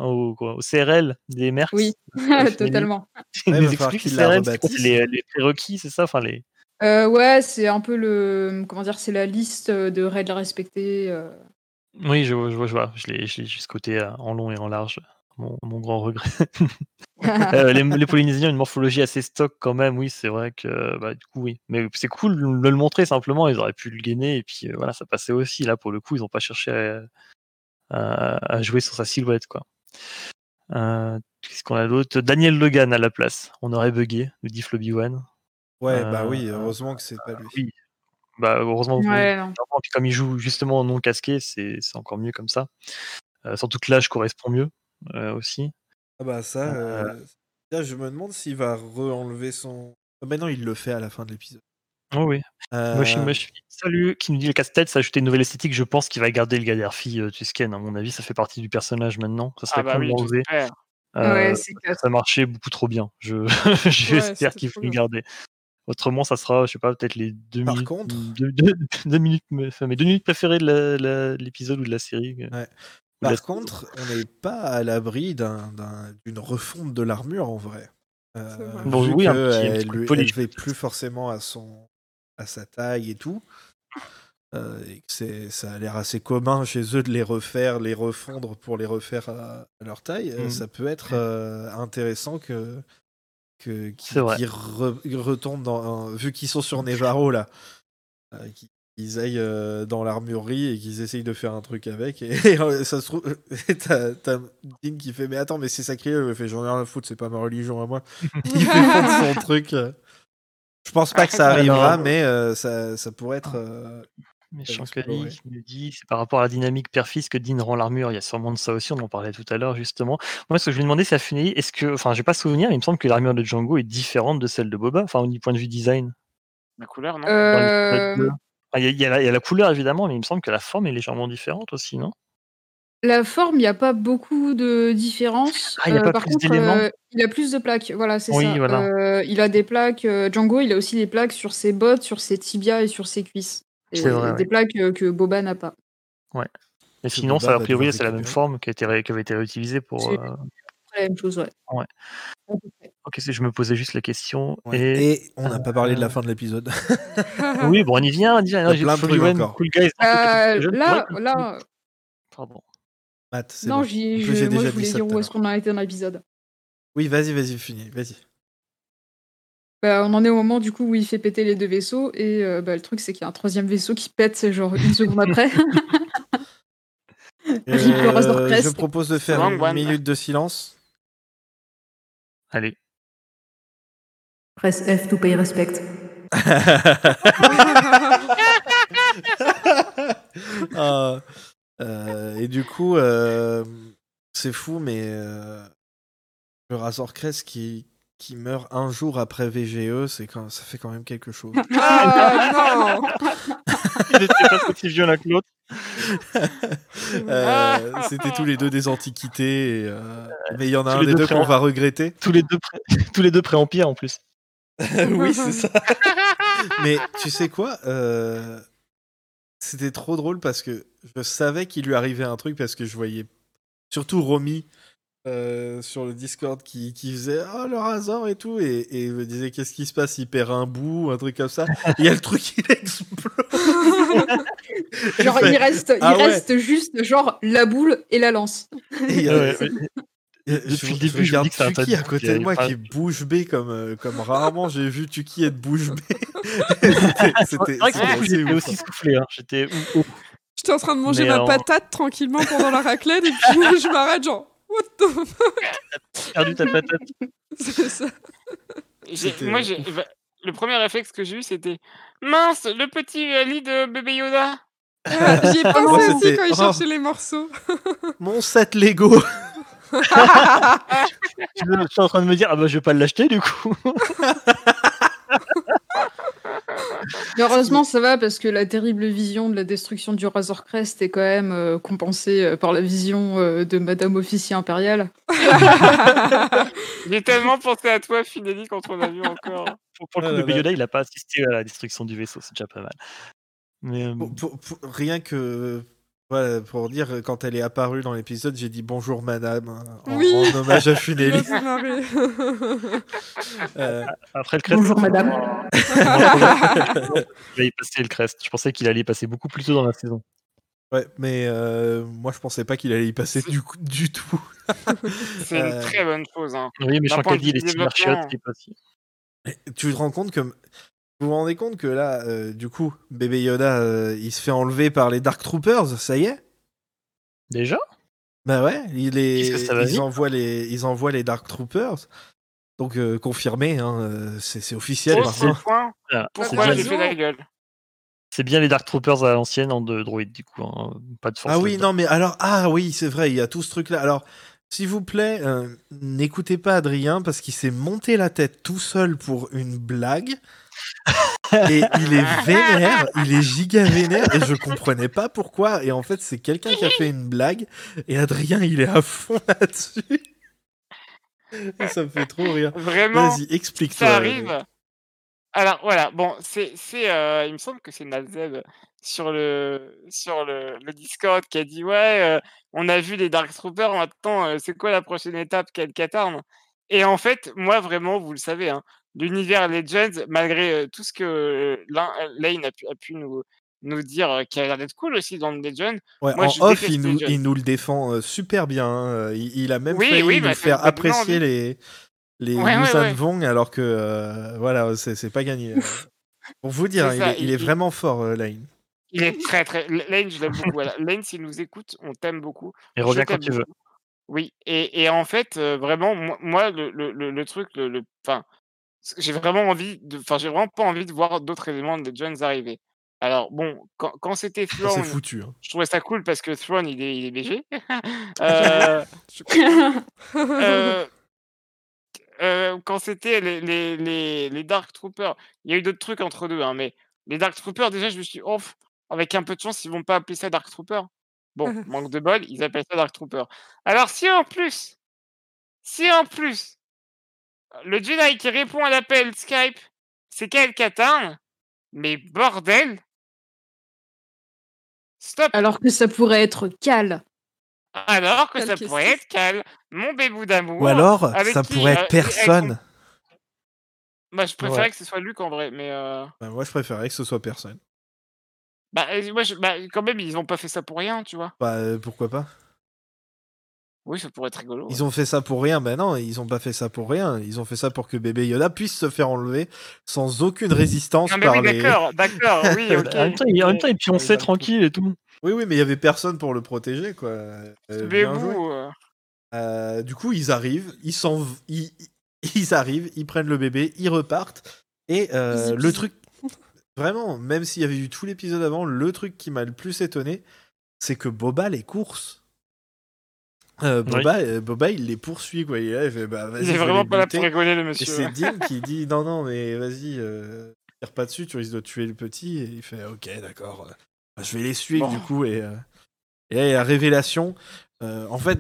CRL des Mercs. Oui, totalement. Ouais, Nous va falloir explique qu'il les la CRL, c'est quoi? rebâtisse. C'est les prérequis, c'est ça? Enfin, les... Ouais, c'est un peu comment dire, c'est la liste de règles à respecter. Oui, je vois. Je l'ai juste coté en long et en large. Mon grand regret. Les Polynésiens ont une morphologie assez stock quand même, oui, c'est vrai que bah, du coup, oui. Mais c'est cool de le montrer simplement, ils auraient pu le gainer et puis voilà, ça passait aussi. Là, pour le coup, ils n'ont pas cherché à jouer sur sa silhouette, quoi. Qu'est-ce qu'on a d'autre? Daniel Logan à la place. On aurait bugué, nous dit Floby1. Ouais, bah oui, heureusement que c'est pas lui. Oui, bah heureusement, oui. Ouais, non. Et puis comme il joue justement non casqué, c'est encore mieux comme ça. Surtout que l'âge correspond mieux aussi. Ah bah ça, là, je me demande s'il va re-enlever son... Ah bah non, il le fait à la fin de l'épisode. Oh oui. Moshi, salut, qui nous dit le casse-tête, ça a ajouté une nouvelle esthétique. Je pense qu'il va garder le Gaddafi Tusken. À mon avis, ça fait partie du personnage maintenant. Ça serait Ah bah con de oui, l'enlever. j'espère. Ouais, c'est clair. Ça marchait beaucoup trop bien. J'espère qu'il faut le garder. Autrement, ça sera, je sais pas, peut-être les 2 Par minutes, contre- 2 minutes, enfin, mes 2 minutes préférées de l'épisode ou de la série. Ouais. Par contre, on n'est pas à l'abri d'une refonte de l'armure en vrai. vrai. Bon, Vu oui, un qu'elle petit coup de elle polish, fait peut-être. plus forcément à sa taille et tout. Et que ça a l'air assez commun chez eux de les refondre pour les refaire à leur taille. Ça peut être intéressant qu'ils retombent vu qu'ils sont sur Nevarro là, qu'ils aillent dans l'armurerie et qu'ils essayent de faire un truc avec. Et ça se trouve, t'as Dean qui fait mais attends, mais c'est sacré. Il fait j'en ai rien à foutre, c'est pas ma religion à moi. Il fait fondre son truc. Je pense pas que ça arrivera, mais ça pourrait être. Mais Shankali qui nous dit c'est par rapport à la dynamique père-fils que Dean rend l'armure. Il y a sûrement de ça aussi, on en parlait tout à l'heure justement. Moi, ce que je lui demandais, c'est à Funeli, est-ce que, enfin, j'ai pas souvenir, il me semble que l'armure de Django est différente de celle de Boba, enfin, au point de vue design. La couleur, non? Il y a la couleur évidemment, mais il me semble que la forme est légèrement différente aussi, non? La forme, il y a pas beaucoup de différence. Ah, il y a pas Par plus contre, d'éléments? il a plus de plaques, voilà, c'est Oui, ça. voilà. Il a des plaques, Django, il a aussi des plaques sur ses bottes, sur ses tibias et sur ses cuisses. C'est vrai, Des ouais. plaques que Boba n'a pas. Ouais. Mais Que sinon, Boba ça, a va priori, devoir c'est la même récupérer. forme qui avait été réutilisée pour. C'est la même chose, ouais. Ouais. Ok, je me posais juste la question. Ouais. Et on n'a pas parlé de la fin de l'épisode. Oui, bon, on y vient. Il y a plein de trucs encore. Cool guys. Là, Pardon. Matt, c'est Non, bon. j'ai, En plus, j'ai moi, déjà je dit voulais ça dire tout à où est-ce l'heure. qu'on en était dans l'épisode. Oui, vas-y, finis, vas-y. Bah, on en est au moment du coup où il fait péter les 2 vaisseaux et le truc c'est qu'il y a un 3e vaisseau qui pète genre 1 seconde après. Rip le Razor Je Crest. propose de faire Wrong une one. minute de silence. Allez. Press F to pay respect. Ah, et du coup, c'est fou, mais le Razor Crest qui meurt un jour après VGE, ça fait quand même quelque chose. Ah non. Ils étaient pas aussi violents que l'autre. C'était tous les deux des antiquités, mais il y en a Tous un les des deux deux qu'on va regretter. Tous les deux pré-empire en plus. Oui, c'est ça. Mais tu sais quoi, c'était trop drôle parce que je savais qu'il lui arrivait un truc parce que je voyais surtout Romy sur le Discord qui faisait « Oh, le Razor » et tout, et il me disait « Qu'est-ce qui se passe ? Il perd un bout, un truc comme ça. » Et il y a le truc, il explose. Genre fait, il reste juste genre la boule et la lance. Et Depuis le début, je je me regarde dis que c'est un Tuki à tas de côté de boules, moi il y a qui est bouche bée comme rarement j'ai vu Tuki être bouche bée. C'est vrai que c'était j'étais ouf. aussi soufflé. Hein. J'étais ouf. J'étais en train de manger Mais, ma patate tranquillement pendant la raclette et puis je m'arrête genre what the fuck. Perdu ta patate. C'est ça. Le premier réflexe que j'ai eu, c'était mince, le petit lit de bébé Yoda. J'y ai Moi, pensé aussi c'était quand il oh, cherchait les morceaux. mon set Lego. Je suis en train de me dire, ah bah je vais pas l'acheter du coup. Mais heureusement ça va parce que la terrible vision de la destruction du Razor Crest est quand même compensée par la vision de Madame Officier Impériale. J'ai tellement pensé à toi, Finélie, quand on a vu encore. Pour le coup, bébé Yoda, il a pas assisté à la destruction du vaisseau, c'est déjà pas mal. Mais, Rien que voilà, pour dire, quand elle est apparue dans l'épisode, j'ai dit bonjour madame en hommage à Funeli. Après le crest, Bonjour madame. Il va y passer le crest. Je pensais qu'il allait y passer beaucoup plus tôt dans la saison. Ouais, mais moi je pensais pas qu'il allait y passer du tout. C'est une très bonne chose. Hein. Oui, mais D'un je point crois de qu'il vue est Steamer Shot développement. qui est passé. Tu te rends compte que vous vous rendez compte que là, du coup, bébé Yoda, il se fait enlever par les Dark Troopers, ça y est? Déjà? Bah ouais, Qu'est-ce que ça va ils vite, envoient les Dark Troopers. Donc confirmé, hein, c'est officiel C'est maintenant. le point. Ah, Pourquoi j'ai fait la gueule? C'est bien les Dark Troopers à l'ancienne en de droïde du coup, hein. Pas de force. Ah oui, là-dedans. non mais alors, ah oui, c'est vrai, il y a tout ce truc-là. Alors, s'il vous plaît, n'écoutez pas Adrien parce qu'il s'est monté la tête tout seul pour une blague. Et il est vénère, il est giga vénère et je comprenais pas pourquoi. Et en fait, c'est quelqu'un qui a fait une blague et Adrien, il est à fond là-dessus. Et ça me fait trop rire. Vraiment, Vas-y, explique-toi. ça arrive. Alors voilà, bon, il me semble que c'est Nalzeb sur le Discord qui a dit ouais, on a vu les Dark Troopers, maintenant c'est quoi la prochaine étape qu'elle Katarn? Et en fait, moi vraiment, vous le savez, hein, l'univers Legends, malgré tout ce que Lane a pu nous dire, qui a l'air d'être cool aussi dans le Legend. Ouais, Moi, en je off, déteste il Legends. nous le défend super bien. Hein. Il a même Oui, failli oui, nous bah, faire ça donne apprécier envie. les Ouais, Yuuzhan ouais. Vong alors que voilà, c'est pas gagné. Pour vous dire, C'est hein, ça. il est vraiment fort, Lane. Il est très très. Lane, je l'aime beaucoup. Voilà. Lane, s'il nous écoute, on t'aime beaucoup. Et Je reviens quand t'aime tu veux. beaucoup. Oui. Et en fait, vraiment, moi le truc, enfin, j'ai vraiment envie de. Enfin, j'ai vraiment pas envie de voir d'autres éléments de Legends arriver. Alors bon, quand c'était C'est Throne, foutu. Hein. je trouvais ça cool parce que Throne, il est BG. Quand c'était les Dark Troopers, il y a eu d'autres trucs entre deux, hein, mais les Dark Troopers, déjà, je me suis dit: «Oh, avec un peu de chance, ils vont pas appeler ça Dark Troopers». Bon, manque de bol, ils appellent ça Dark Troopers. Alors si en plus, le Jedi qui répond à l'appel Skype, c'est Kyle Katarn, mais bordel! Stop! Alors que ça pourrait être Cal. Alors que Quelle ça pourrait être Cal, mon bébou d'amour. Ou alors, avec ça qui, pourrait être avec son- personne. Bah, je préférais Ouais. que ce soit Luke en vrai, mais Bah, moi, je préférais que ce soit personne. bah, moi, quand même, ils ont pas fait ça pour rien, tu vois. Bah, pourquoi pas? Oui, ça pourrait être rigolo. Ils ont fait ça pour rien, ben non, ils ont pas fait ça pour rien. Ils ont fait ça pour que bébé Yoda puisse se faire enlever sans aucune résistance Non, mais par oui, les. d'accord, oui, ok. En même temps, il pionçait tranquille et tout. Oui, mais il y avait personne pour le protéger, quoi. Bien joué. Bébou, Du coup, ils arrivent, ils arrivent, ils prennent le bébé, ils repartent. Et le truc, vraiment, même s'il y avait eu tout l'épisode avant, le truc qui m'a le plus étonné, c'est que Boba les course. Boba, il les poursuit, quoi. Il est là, il fait, bah, vas-y, il est je vais vraiment les pas là buter. pour rigoler, le Et monsieur. c'est Dean qui dit non, mais vas-y, tire pas dessus, tu risques de tuer le petit. Et il fait ok, d'accord, je vais les suivre Bon. du coup. Et là, la révélation, en fait,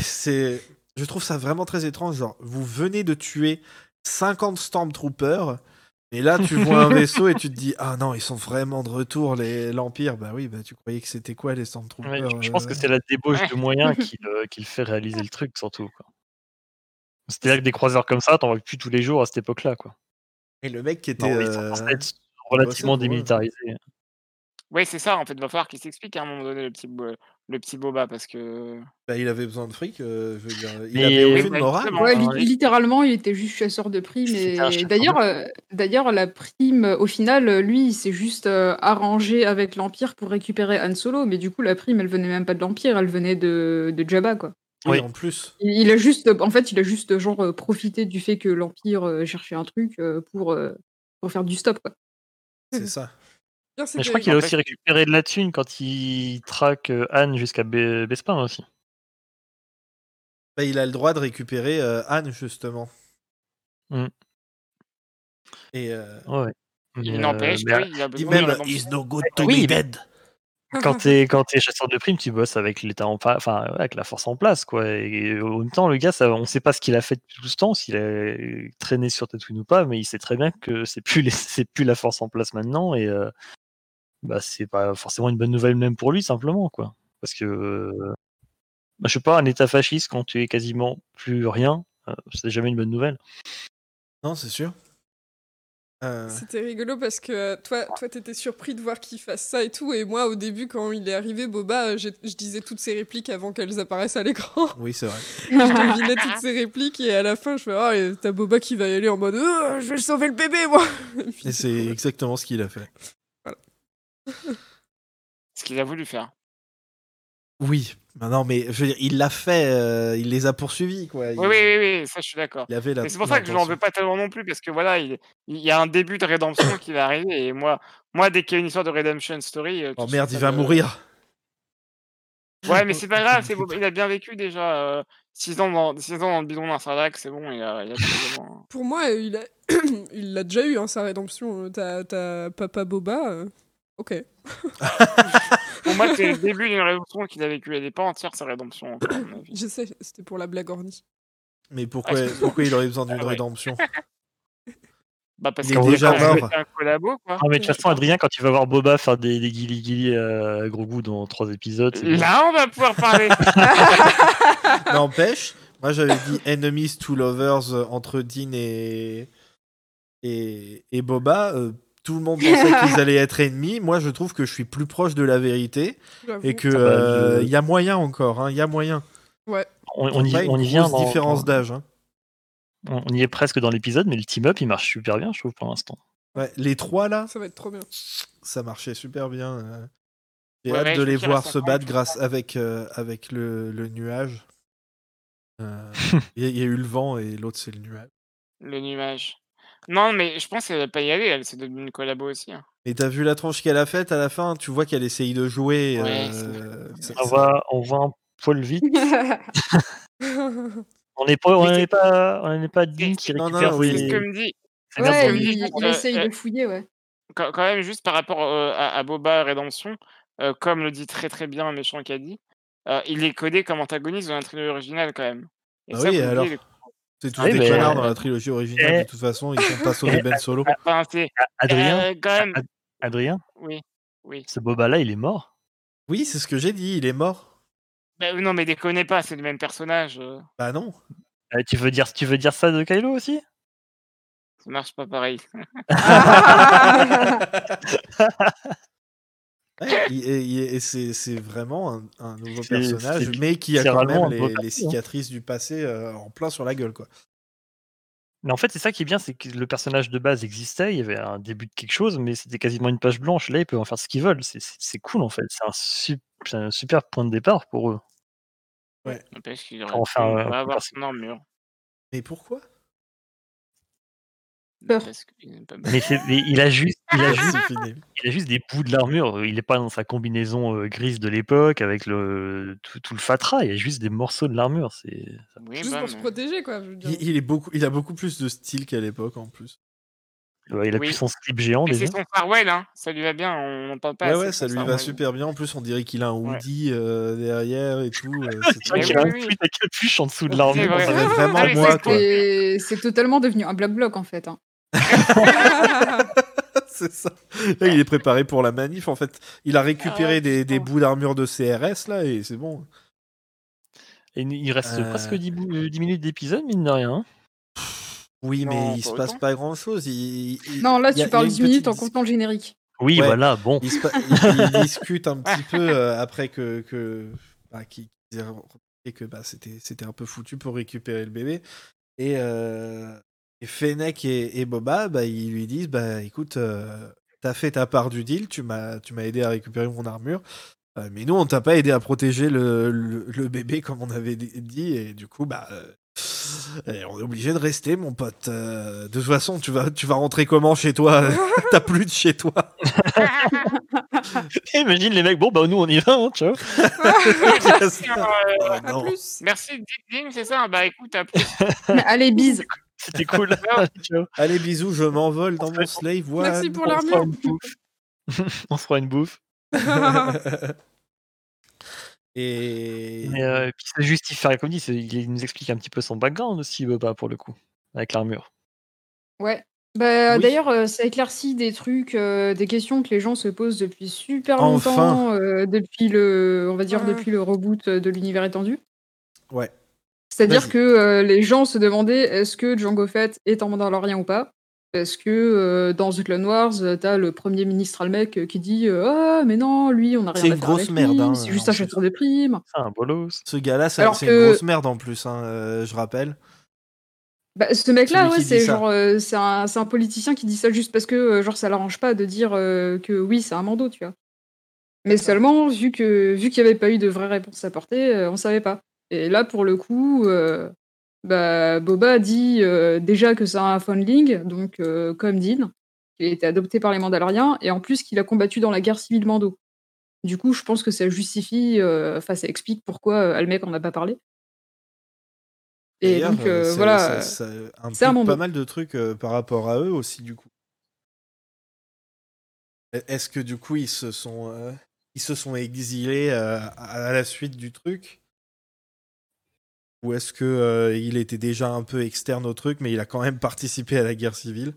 je trouve ça vraiment très étrange. Genre, vous venez de tuer 50 Stormtroopers. Et là, tu vois un vaisseau et tu te dis ah non, ils sont vraiment de retour, l'Empire. Bah oui, tu croyais que c'était quoi les Stormtroopers? Ouais, je pense que c'est la débauche de moyens qui le fait réaliser le truc, surtout. Quoi. C'est-à-dire que des croiseurs comme ça, t'en vois plus tous les jours à cette époque-là. Quoi. Et le mec qui était. Non, ils sont censés être relativement démilitarisés. Oui, c'est ça, en fait, il va falloir qu'il s'explique à un moment donné, le petit Boba, parce que. Bah, il avait besoin de fric, je veux dire. Il Mais avait oui, aucune bah, morale. justement. Ouais, Ouais. littéralement, il était juste chasseur de primes. C'était un Et chasseur d'ailleurs, la prime, au final, lui, il s'est juste arrangé avec l'Empire pour récupérer Han Solo. Mais du coup, la prime, elle venait même pas de l'Empire, elle venait de Jabba, quoi. Oui, Oui. en plus. Il a juste, genre profité du fait que l'Empire cherchait un truc pour faire du stop, quoi. C'est ça. Mais je crois qu'il a aussi récupéré de la thune quand il traque Anne jusqu'à Bespin aussi. Bah, il a le droit de récupérer Anne, justement. Mm. Et Ouais. Il n'empêche, mais, oui, il a dit besoin même de He's no good to Oui, be mais- dead. quand t'es chasseur de primes, tu bosses avec l'État avec la force en place, quoi. Et en même temps, le gars, on sait pas ce qu'il a fait depuis tout ce temps, s'il a traîné sur Tatooine ou pas, mais il sait très bien que c'est plus la force en place maintenant, et c'est pas forcément une bonne nouvelle même pour lui, simplement, quoi. Parce que je sais pas, un État fasciste quand tu es quasiment plus rien, c'est jamais une bonne nouvelle. Non, c'est sûr. C'était rigolo parce que toi, t'étais surpris de voir qu'il fasse ça et tout, et moi, au début, quand il est arrivé, Boba, je disais toutes ses répliques avant qu'elles apparaissent à l'écran. Oui, c'est vrai. Je devinais toutes ses répliques, et à la fin, je fais ah, et t'as Boba qui va y aller en mode je vais sauver le bébé, moi. Et c'est exactement ce qu'il a fait. Ce qu'il a voulu faire. Oui. Non, mais je veux dire, il l'a fait. Il les a poursuivis, quoi. Oui, ça, je suis d'accord. Il avait Mais c'est pour ça que je n'en veux pas tellement non plus, parce que voilà, il y a un début de rédemption qui va arriver, et moi, dès qu'il y a une histoire de redemption story. Oh tout de merde, suite, il va mourir. Ouais, mais c'est pas grave, il a bien vécu déjà. 6 ans dans le bidon d'un Sarlacc, c'est bon, il a tout. Pour moi, il l'a déjà eu, hein, sa rédemption. T'as Papa Boba. Ok. Pour moi, c'est le début d'une rédemption qu'il a vécu. Elle n'est pas entière, sa rédemption, encore, à mon avis. Je sais, c'était pour la blague ornie. Mais pourquoi il aurait besoin d'une rédemption? Bah, parce Il qu'il est déjà mort. un collabo, quoi. Ah, mais de toute façon, Adrien, quand tu vas voir Boba faire des guili-guili à gros goût dans 3 épisodes, c'est bon. Là, on va pouvoir parler. N'empêche, moi j'avais dit enemies to lovers entre Dean et Boba. Tout le monde pensait qu'ils allaient être ennemis. Moi, je trouve que je suis plus proche de la vérité. J'avoue. Et que y a moyen encore. Il y a moyen. Ouais. On y pas une vient grosse différence d'âge. On y est presque dans l'épisode, mais le team-up, il marche super bien, je trouve, pour l'instant. Ouais, les 3 là, Ça va être trop bien. ça marchait super bien. J'ai Ouais, hâte de je les veux dire, voir à se 5 ans, battre je grâce avec le nuage. Il y a eu le vent et l'autre c'est le nuage. Le nuage. Non, mais je pense qu'elle va pas y aller, elle, c'est devenu une collabo aussi. Hein. Et t'as vu la tronche qu'elle a faite à la fin? Tu vois qu'elle essaye de jouer. Ouais, On voit un poil vite. On n'est pas Dean qui Non, récupère oui. C'est ce que ses... me dit. C'est bien Ouais, pour lui. il essaye de fouiller, ouais. Quand même, juste par rapport à Boba Rédemption, comme le dit très très bien un méchant Caddy, il est codé comme antagoniste dans la trilogie originale quand même. Et Bah ça, oui, vous alors. oubliez C'est tous Oui, des mais- connards dans la trilogie originale. De toute façon, ils sont pas sauvés Ben Solo. Enfin, c'est Adrien, quand même. Adrien, Oui. ce Boba-là, il est mort. Oui, c'est ce que j'ai dit. Il est mort. Bah, non, mais déconnez pas, c'est le même personnage. Bah non. Tu veux dire ça de Kylo aussi? Ça marche pas pareil. Ouais, et c'est vraiment un nouveau C'est personnage, mais qui a quand littéralement même un nouveau les perso, hein. cicatrices du passé en plein sur la gueule, quoi. Mais en fait, c'est ça qui est bien, c'est que le personnage de base existait, il y avait un début de quelque chose, mais c'était quasiment une page blanche. Là, ils peuvent en faire ce qu'ils veulent. C'est cool, en fait. C'est un super point de départ pour eux. Ouais. N'empêche qu'il Pour aurait en pu faire ne un pas bon avoir perso. son armure. Mais pourquoi? Peur. Parce qu'il n'aime pas Mais il a juste Merci, Fini. des bouts de l'armure. Il est pas dans sa combinaison grise de l'époque avec tout le fatras. Il y a juste des morceaux de l'armure. Oui, Juste bah, pour se mais... protéger, quoi. Je veux dire. Il a beaucoup plus de style qu'à l'époque, en plus. Il a plus Oui. son slip géant Mais c'est déjà. son Farwell, hein. Ça lui va bien. On n'entend pas assez Ouais, de ça son lui va Farwell. super bien. En plus, on dirait qu'il a un Ouais. hoodie derrière et tout. C'est C'est vrai Mais qu'il trop... a oui, un oui. truc à capuche en dessous de C'est l'armure. vrai. Ça va être vraiment Ah oui, moi, c'est quoi. C'est totalement devenu un bloc-bloc en fait. Hein. C'est ça. Là, il est préparé pour la manif, en fait. Il a récupéré Ah, des putain. bouts d'armure de CRS, là, et c'est bon. Et il reste presque Euh, 10 minutes d'épisode, mine de rien. Oui, mais Non, il pas se passe autant. pas grand-chose. Non, là il y a tu parles une 10 minutes petite en comptant le générique. Oui, Ouais. voilà, bon. il discute un petit peu après qu'ils aient remarqué que c'était un peu foutu pour récupérer le bébé. Et Fennec et Boba, ils lui disent, écoute, t'as fait ta part du deal, tu m'as aidé à récupérer mon armure, mais nous on t'a pas aidé à protéger le bébé comme on avait dit, et du coup on est obligé de rester, mon pote. De toute façon, tu vas rentrer comment chez toi? T'as plus de chez toi. Imagine les mecs, bon, nous on y va, hein, ciao. Oh, À non. plus. Merci, Ding, c'est ça. Bah écoute, à plus. Allez, bise. C'était cool. Ciao. Allez, bisous, je m'envole dans mon slave one. Merci pour On se fera l'armure. une bouffe. On se fera une bouffe. Et Mais puis c'est juste, comme dit, il nous explique un petit peu son background aussi, Boba, pour le coup, avec l'armure. Ouais. Bah, Oui. d'ailleurs, ça éclaircit des trucs, des questions que les gens se posent depuis super Enfin. longtemps, depuis on va dire depuis le reboot de l'univers étendu. Ouais. C'est-à-dire Vas-y. que les gens se demandaient est-ce que Jango Fett est un Mandalorien ou pas? Parce que dans The Clone Wars, t'as le premier ministre Almec qui dit ah mais non, lui on n'a C'est rien à une faire grosse avec merde, lui, hein, c'est juste en un plus. chasseur de primes. C'est un bolos. Ce gars-là, c'est Alors une que grosse merde en plus, hein, je rappelle. bah, ce mec-là, Celui ouais, qui dit c'est ça. genre c'est un politicien qui dit ça juste parce que genre ça l'arrange pas de dire que oui c'est un Mando, tu vois. Mais seulement vu qu'il y avait pas eu de vraie réponse apportée, on savait pas. Et là pour le coup, Boba a dit déjà que c'est un foundling, donc comme Dean, qu'il a été adopté par les Mandaloriens, et en plus qu'il a combattu dans la guerre civile Mando. Du coup, je pense que ça justifie, enfin ça explique pourquoi Almec en a pas parlé. Et D'ailleurs, donc voilà, ça c'est un implique pas Mando. mal de trucs par rapport à eux aussi, du coup. Est-ce que du coup ils se sont exilés à la suite du truc? Ou est-ce que il était déjà un peu externe au truc, mais il a quand même participé à la guerre civile?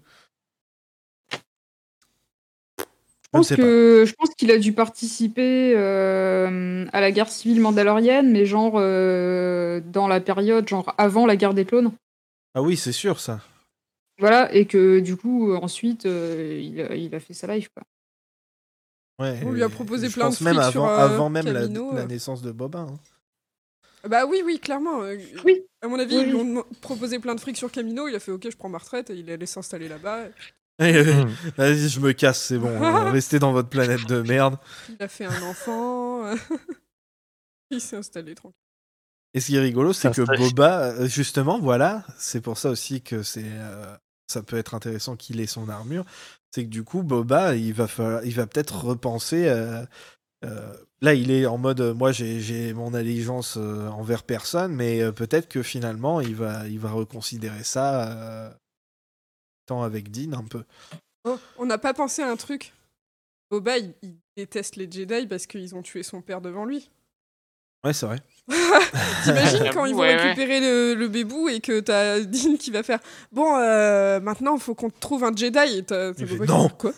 Je ne sais pas. Je pense qu'il a dû participer à la guerre civile mandalorienne, mais genre dans la période genre avant la guerre des clones. Ah oui, c'est sûr ça. Voilà, et que du coup ensuite il a fait sa life quoi. Ouais, On lui a proposé je plein de pense même fric sur avant même Camino. la naissance de Boba. Hein. Bah oui, clairement. Oui. À mon avis, Oui, ils lui oui. ont proposé plein de fric sur Camino. Il a fait OK, je prends ma retraite. Et il est allé s'installer là-bas. Vas-y, je me casse, c'est bon. Restez dans votre planète de merde. Il a fait un enfant. Il s'est installé tranquille. Et ce qui est rigolo, c'est que Ça, Boba, justement, voilà, c'est pour ça aussi que ça peut être intéressant qu'il ait son armure. C'est que du coup, Boba, il va peut-être repenser. Là, il est en mode, moi, j'ai mon allégeance envers personne, mais peut-être que finalement, il va reconsidérer ça tant avec Dean un peu. Oh, on n'a pas pensé à un truc. Boba, il déteste les Jedi parce qu'ils ont tué son père devant lui. Ouais, c'est vrai. T'imagines quand ils vont Ouais, récupérer le bébou et que t'as Dean qui va faire bon, maintenant faut qu'on te trouve un Jedi et t'as Il fait, Boba qui non. fait, quoi.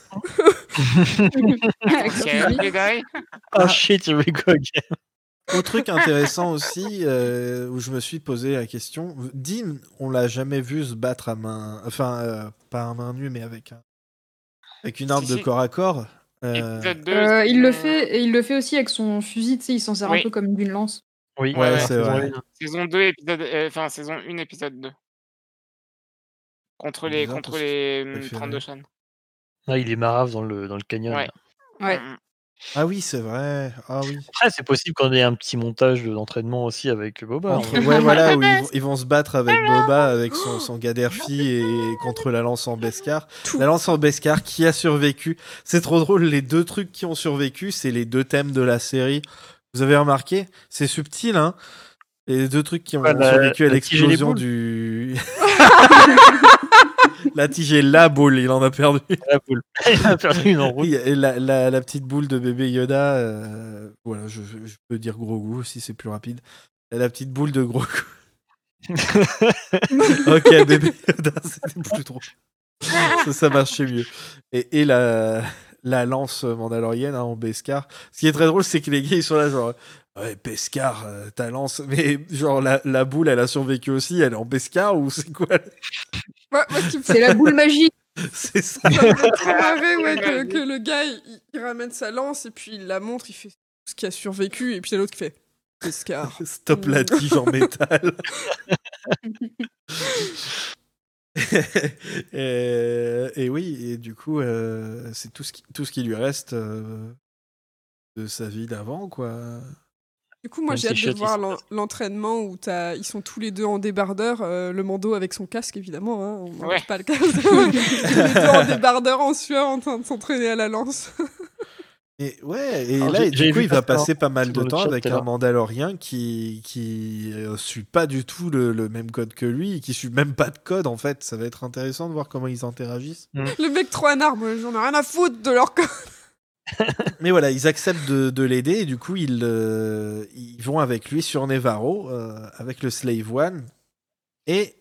Quel Jedi. Oh shit, here we go again. Autre truc intéressant aussi, où je me suis posé la question, Dean, on l'a jamais vu se battre à main, enfin pas à main nue, mais avec une arme Si, de si. corps à corps. Épisode 2, Il le fait, et il le fait aussi avec son fusil, tu sais, il s'en sert un Oui. peu comme d'une lance. Oui, Ouais, ouais. c'est vrai. saison 2, épisode, saison 1, épisode 2. Contre C'est les, bizarre contre parce que les préféré. 32 chaînes. Ah, il est marave dans le canyon. Ouais. là. Ouais. Ah oui, c'est vrai. Ah oui. Après, c'est possible qu'on ait un petit montage d'entraînement aussi avec Boba. Entre- ouais, voilà, où ils vont se battre avec Boba, avec son Gaderfi et contre la lance en Beskar. Tout. La lance en Beskar qui a survécu. C'est trop drôle, les deux trucs qui ont survécu, c'est les deux thèmes de la série. Vous avez remarqué? C'est subtil, hein? Les deux trucs qui ont survécu à la tige et les l'explosion boules. du... La tige et la boule, il en a perdu. La boule. Il a perdu une en route. Oui, et la petite boule de bébé Yoda, voilà, je peux dire Grogu aussi, c'est plus rapide. La petite boule de Grogu. Ok, bébé Yoda, c'était plus trop. Ça marchait mieux. Et la lance mandalorienne en Beskar. Ce qui est très drôle, c'est que les gars, ils sont là, genre, ouais, Beskar, ta lance. Mais genre, la boule, elle a survécu aussi, elle est en Beskar ou c'est quoi? Moi, ce qui me fait C'est la boule magique. C'est ça. ça me fait trop marrer, ouais, que le gars, il ramène sa lance et puis il la montre, il fait ce qui a survécu, et puis il y a l'autre qui fait Beskar. Stop la tige en métal. Et oui, et du coup, c'est tout ce qui lui reste de sa vie d'avant, quoi. Du coup, moi, Même j'ai hâte si de Shot, voir l'entraînement où ils sont tous les deux en débardeur, le Mando avec son casque, évidemment, hein, on n'enlève Ouais. pas le casque. Tous les deux en débardeur, en sueur, en train de s'entraîner à la lance. Et ouais, et Alors, là, j'ai du coup, vu il va passer passer pas mal dans de le temps chat avec tout à un l'heure. Mandalorien qui suit pas du tout le même code que lui, qui suit même pas de code, en fait. Ça va être intéressant de voir comment ils interagissent. Le mec trop en arme, j'en ai rien à foutre de leur corps. Mais voilà, ils acceptent de l'aider et du coup, ils vont avec lui sur Nevarro, avec le Slave One. Et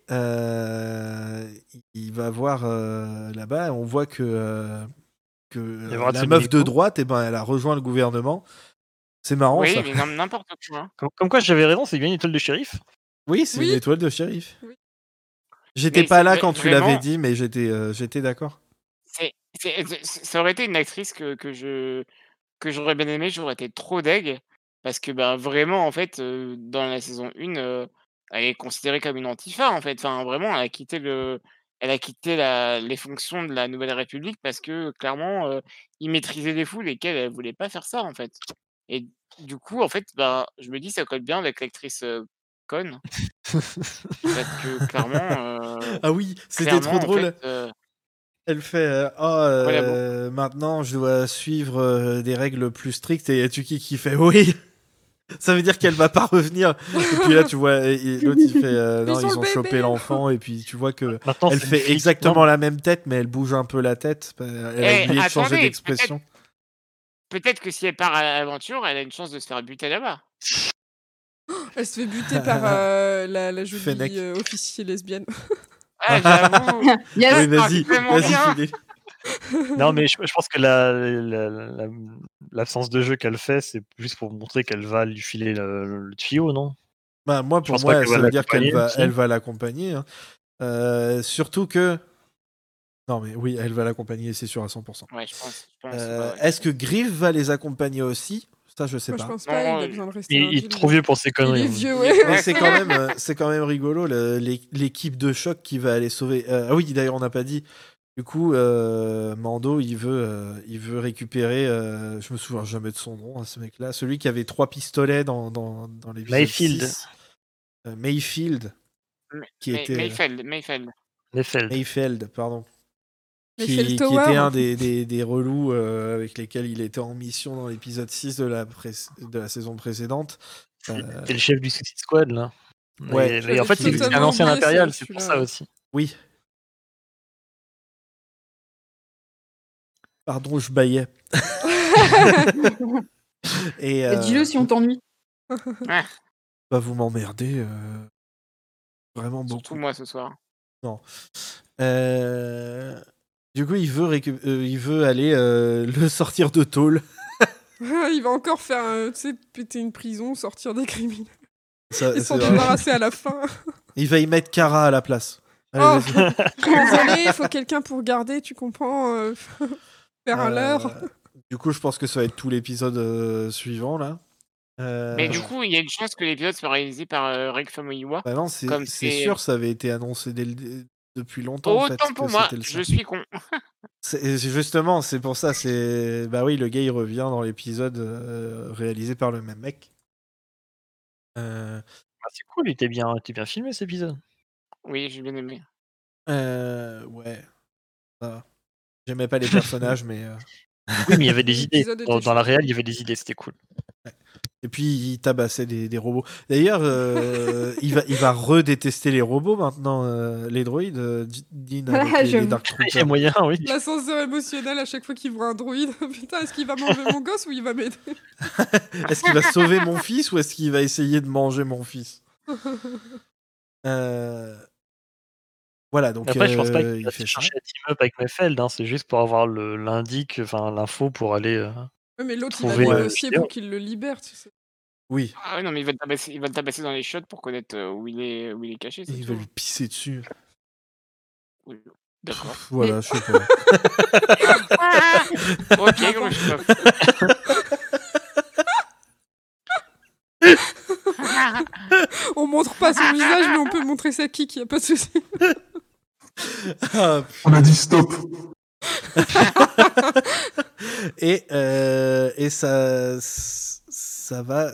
il va voir là-bas, on voit que va y avoir la un meuf de Tsubiko. droite, eh ben, elle a rejoint le gouvernement. C'est marrant, Oui, ça. mais n'importe quoi. Comme quoi, j'avais raison, c'est bien une étoile de shérif. Oui, c'est Oui. une étoile de shérif. Oui. J'étais Mais pas c'est là quand tu l'avais vraiment- dit, mais j'étais d'accord. Ça aurait été une actrice que j'aurais bien aimé, j'aurais été trop deg. Parce que vraiment, en fait, dans la saison 1, elle est considérée comme une antifa, en fait. Enfin, vraiment, elle a quitté les fonctions de la Nouvelle République parce que, clairement, ils maîtrisaient les foules et qu'elle, elle voulait pas faire ça, en fait. Et du coup, en fait, je me dis, ça colle bien avec l'actrice conne. Parce que, clairement, Ah oui, c'était trop en drôle. fait, Elle fait maintenant je dois suivre des règles plus strictes et Tuki qui fait oui. Ça veut dire qu'elle va pas revenir. Et puis là tu vois et l'autre il fait non, Ils ont ils le ont chopé bébé. l'enfant et puis tu vois que Maintenant, elle c'est une fait flic. exactement Non, la même tête mais elle bouge un peu la tête. Elle a oublié de changer attendez, d'expression. peut-être que si elle part à l'aventure, elle a une chance de se faire buter là-bas. Elle se fait buter par la jolie Fennec. officier lesbienne. Ah, j'avoue. Yes. Oui, vas-y, vraiment bien. Philippe. Non, mais je pense que l'absence de jeu qu'elle fait, c'est juste pour montrer qu'elle va lui filer le tuyau, non? Bah, moi Je pour pense pas moi qu'elle ça va veut dire qu'elle l'accompagner, si. elle va l'accompagner. Hein. Surtout que non mais oui elle va l'accompagner c'est sûr à 100%. Ouais, je pense. Ouais. Est-ce que Griff va les accompagner aussi? Ça, je sais Moi, je pas. pense pas, il Non, a besoin de rester Il est invisible. trop vieux pour ces Il conneries. est hein. vieux, Il est- ouais. Mais c'est quand même rigolo, l'équipe de choc qui va aller sauver. Ah oui, d'ailleurs, on n'a pas dit. Du coup, Mando, il veut récupérer. Je me souviens jamais de son nom, hein, ce mec-là. Celui qui avait 3 pistolets dans l'épisode Mayfield. 6. Mayfield. Qui était. Mayfeld. Nefeld. Pardon. Mayfield Qui Tower. était un des relous avec lesquels il était en mission dans l'épisode 6 de la saison précédente. C'est le chef du Suicide Squad, là. Ouais. Et en fait, J'avais c'est un totalement ancien oublié impérial, ça, c'est pour celui-là. ça aussi. Oui. Pardon, je baillais. Et Et dis-le si on t'ennuie. bah, vous m'emmerdez vraiment Surtout beaucoup. moi ce soir. Du coup, il veut aller le sortir de tôle. Il va encore faire, tu sais, péter une prison, sortir des criminels. Ça, Ils c'est sont vraiment- débarrassés à la fin. Il va y mettre Kara à la place. Allez, Oh. vas-y. Désolé, il faut quelqu'un pour garder, tu comprends faire un leurre. Du coup, je pense que ça va être tout l'épisode suivant, là. Mais du coup, il y a une chance que l'épisode soit réalisé par Rick Famuyiwa. Bah non, Comme c'est sûr, ça avait été annoncé depuis longtemps, en fait, Autant pour que moi, c'était le je ça. suis con. Justement, c'est pour ça, Bah oui, le gars, il revient dans l'épisode réalisé par le même mec. C'est cool, il était bien filmé cet épisode. Oui, j'ai bien aimé. Ouais, ça va. J'aimais pas les personnages, mais... Oui, mais il y avait des idées. L'épisode était Dans la chouette. réelle, il y avait des idées, c'était cool. Et puis, il tabassait des robots. D'ailleurs, il va redétester les robots maintenant, les droïdes, Dean, avec les J'avoue. Dark Il y a Troopers. moyen, oui. L'ascenseur émotionnel à chaque fois qu'il voit un droïde. Putain, est-ce qu'il va manger mon gosse ou il va m'aider? Est-ce qu'il va sauver mon fils ou est-ce qu'il va essayer de manger mon fils? Voilà, donc Après, je pense pas qu'il il va fait ça. chercher à team up avec Meffeld, hein, c'est juste pour avoir l'info pour aller. Ouais, mais l'autre, il va Trouver, négocier Gideon. pour qu'il le libère, tu sais. Oui, Ah ouais, non, mais il va le tabasser dans les shots pour connaître où il est caché, et c'est il tout. va lui pisser dessus. Oui. D'accord. Pff, voilà, je sais pas. Ok, gros chef. On montre pas son visage, mais on peut montrer sa kick, y a pas de souci. Ah, On a dit stop. et ça va.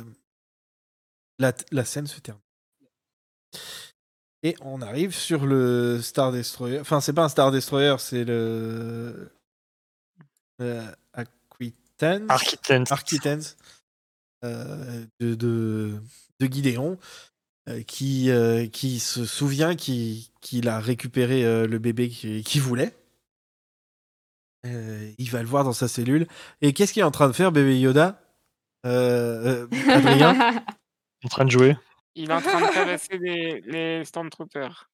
La scène se termine. Et on arrive sur le Star Destroyer. Enfin, c'est pas un Star Destroyer, c'est le. Arquitens. De Gideon. Qui se souvient qu'il a récupéré le bébé qu'il voulait. Il va le voir dans sa cellule. Et qu'est-ce qu'il est en train de faire, bébé Yoda? Adrien? En train de jouer. Il est en train de tabasser les Stormtroopers.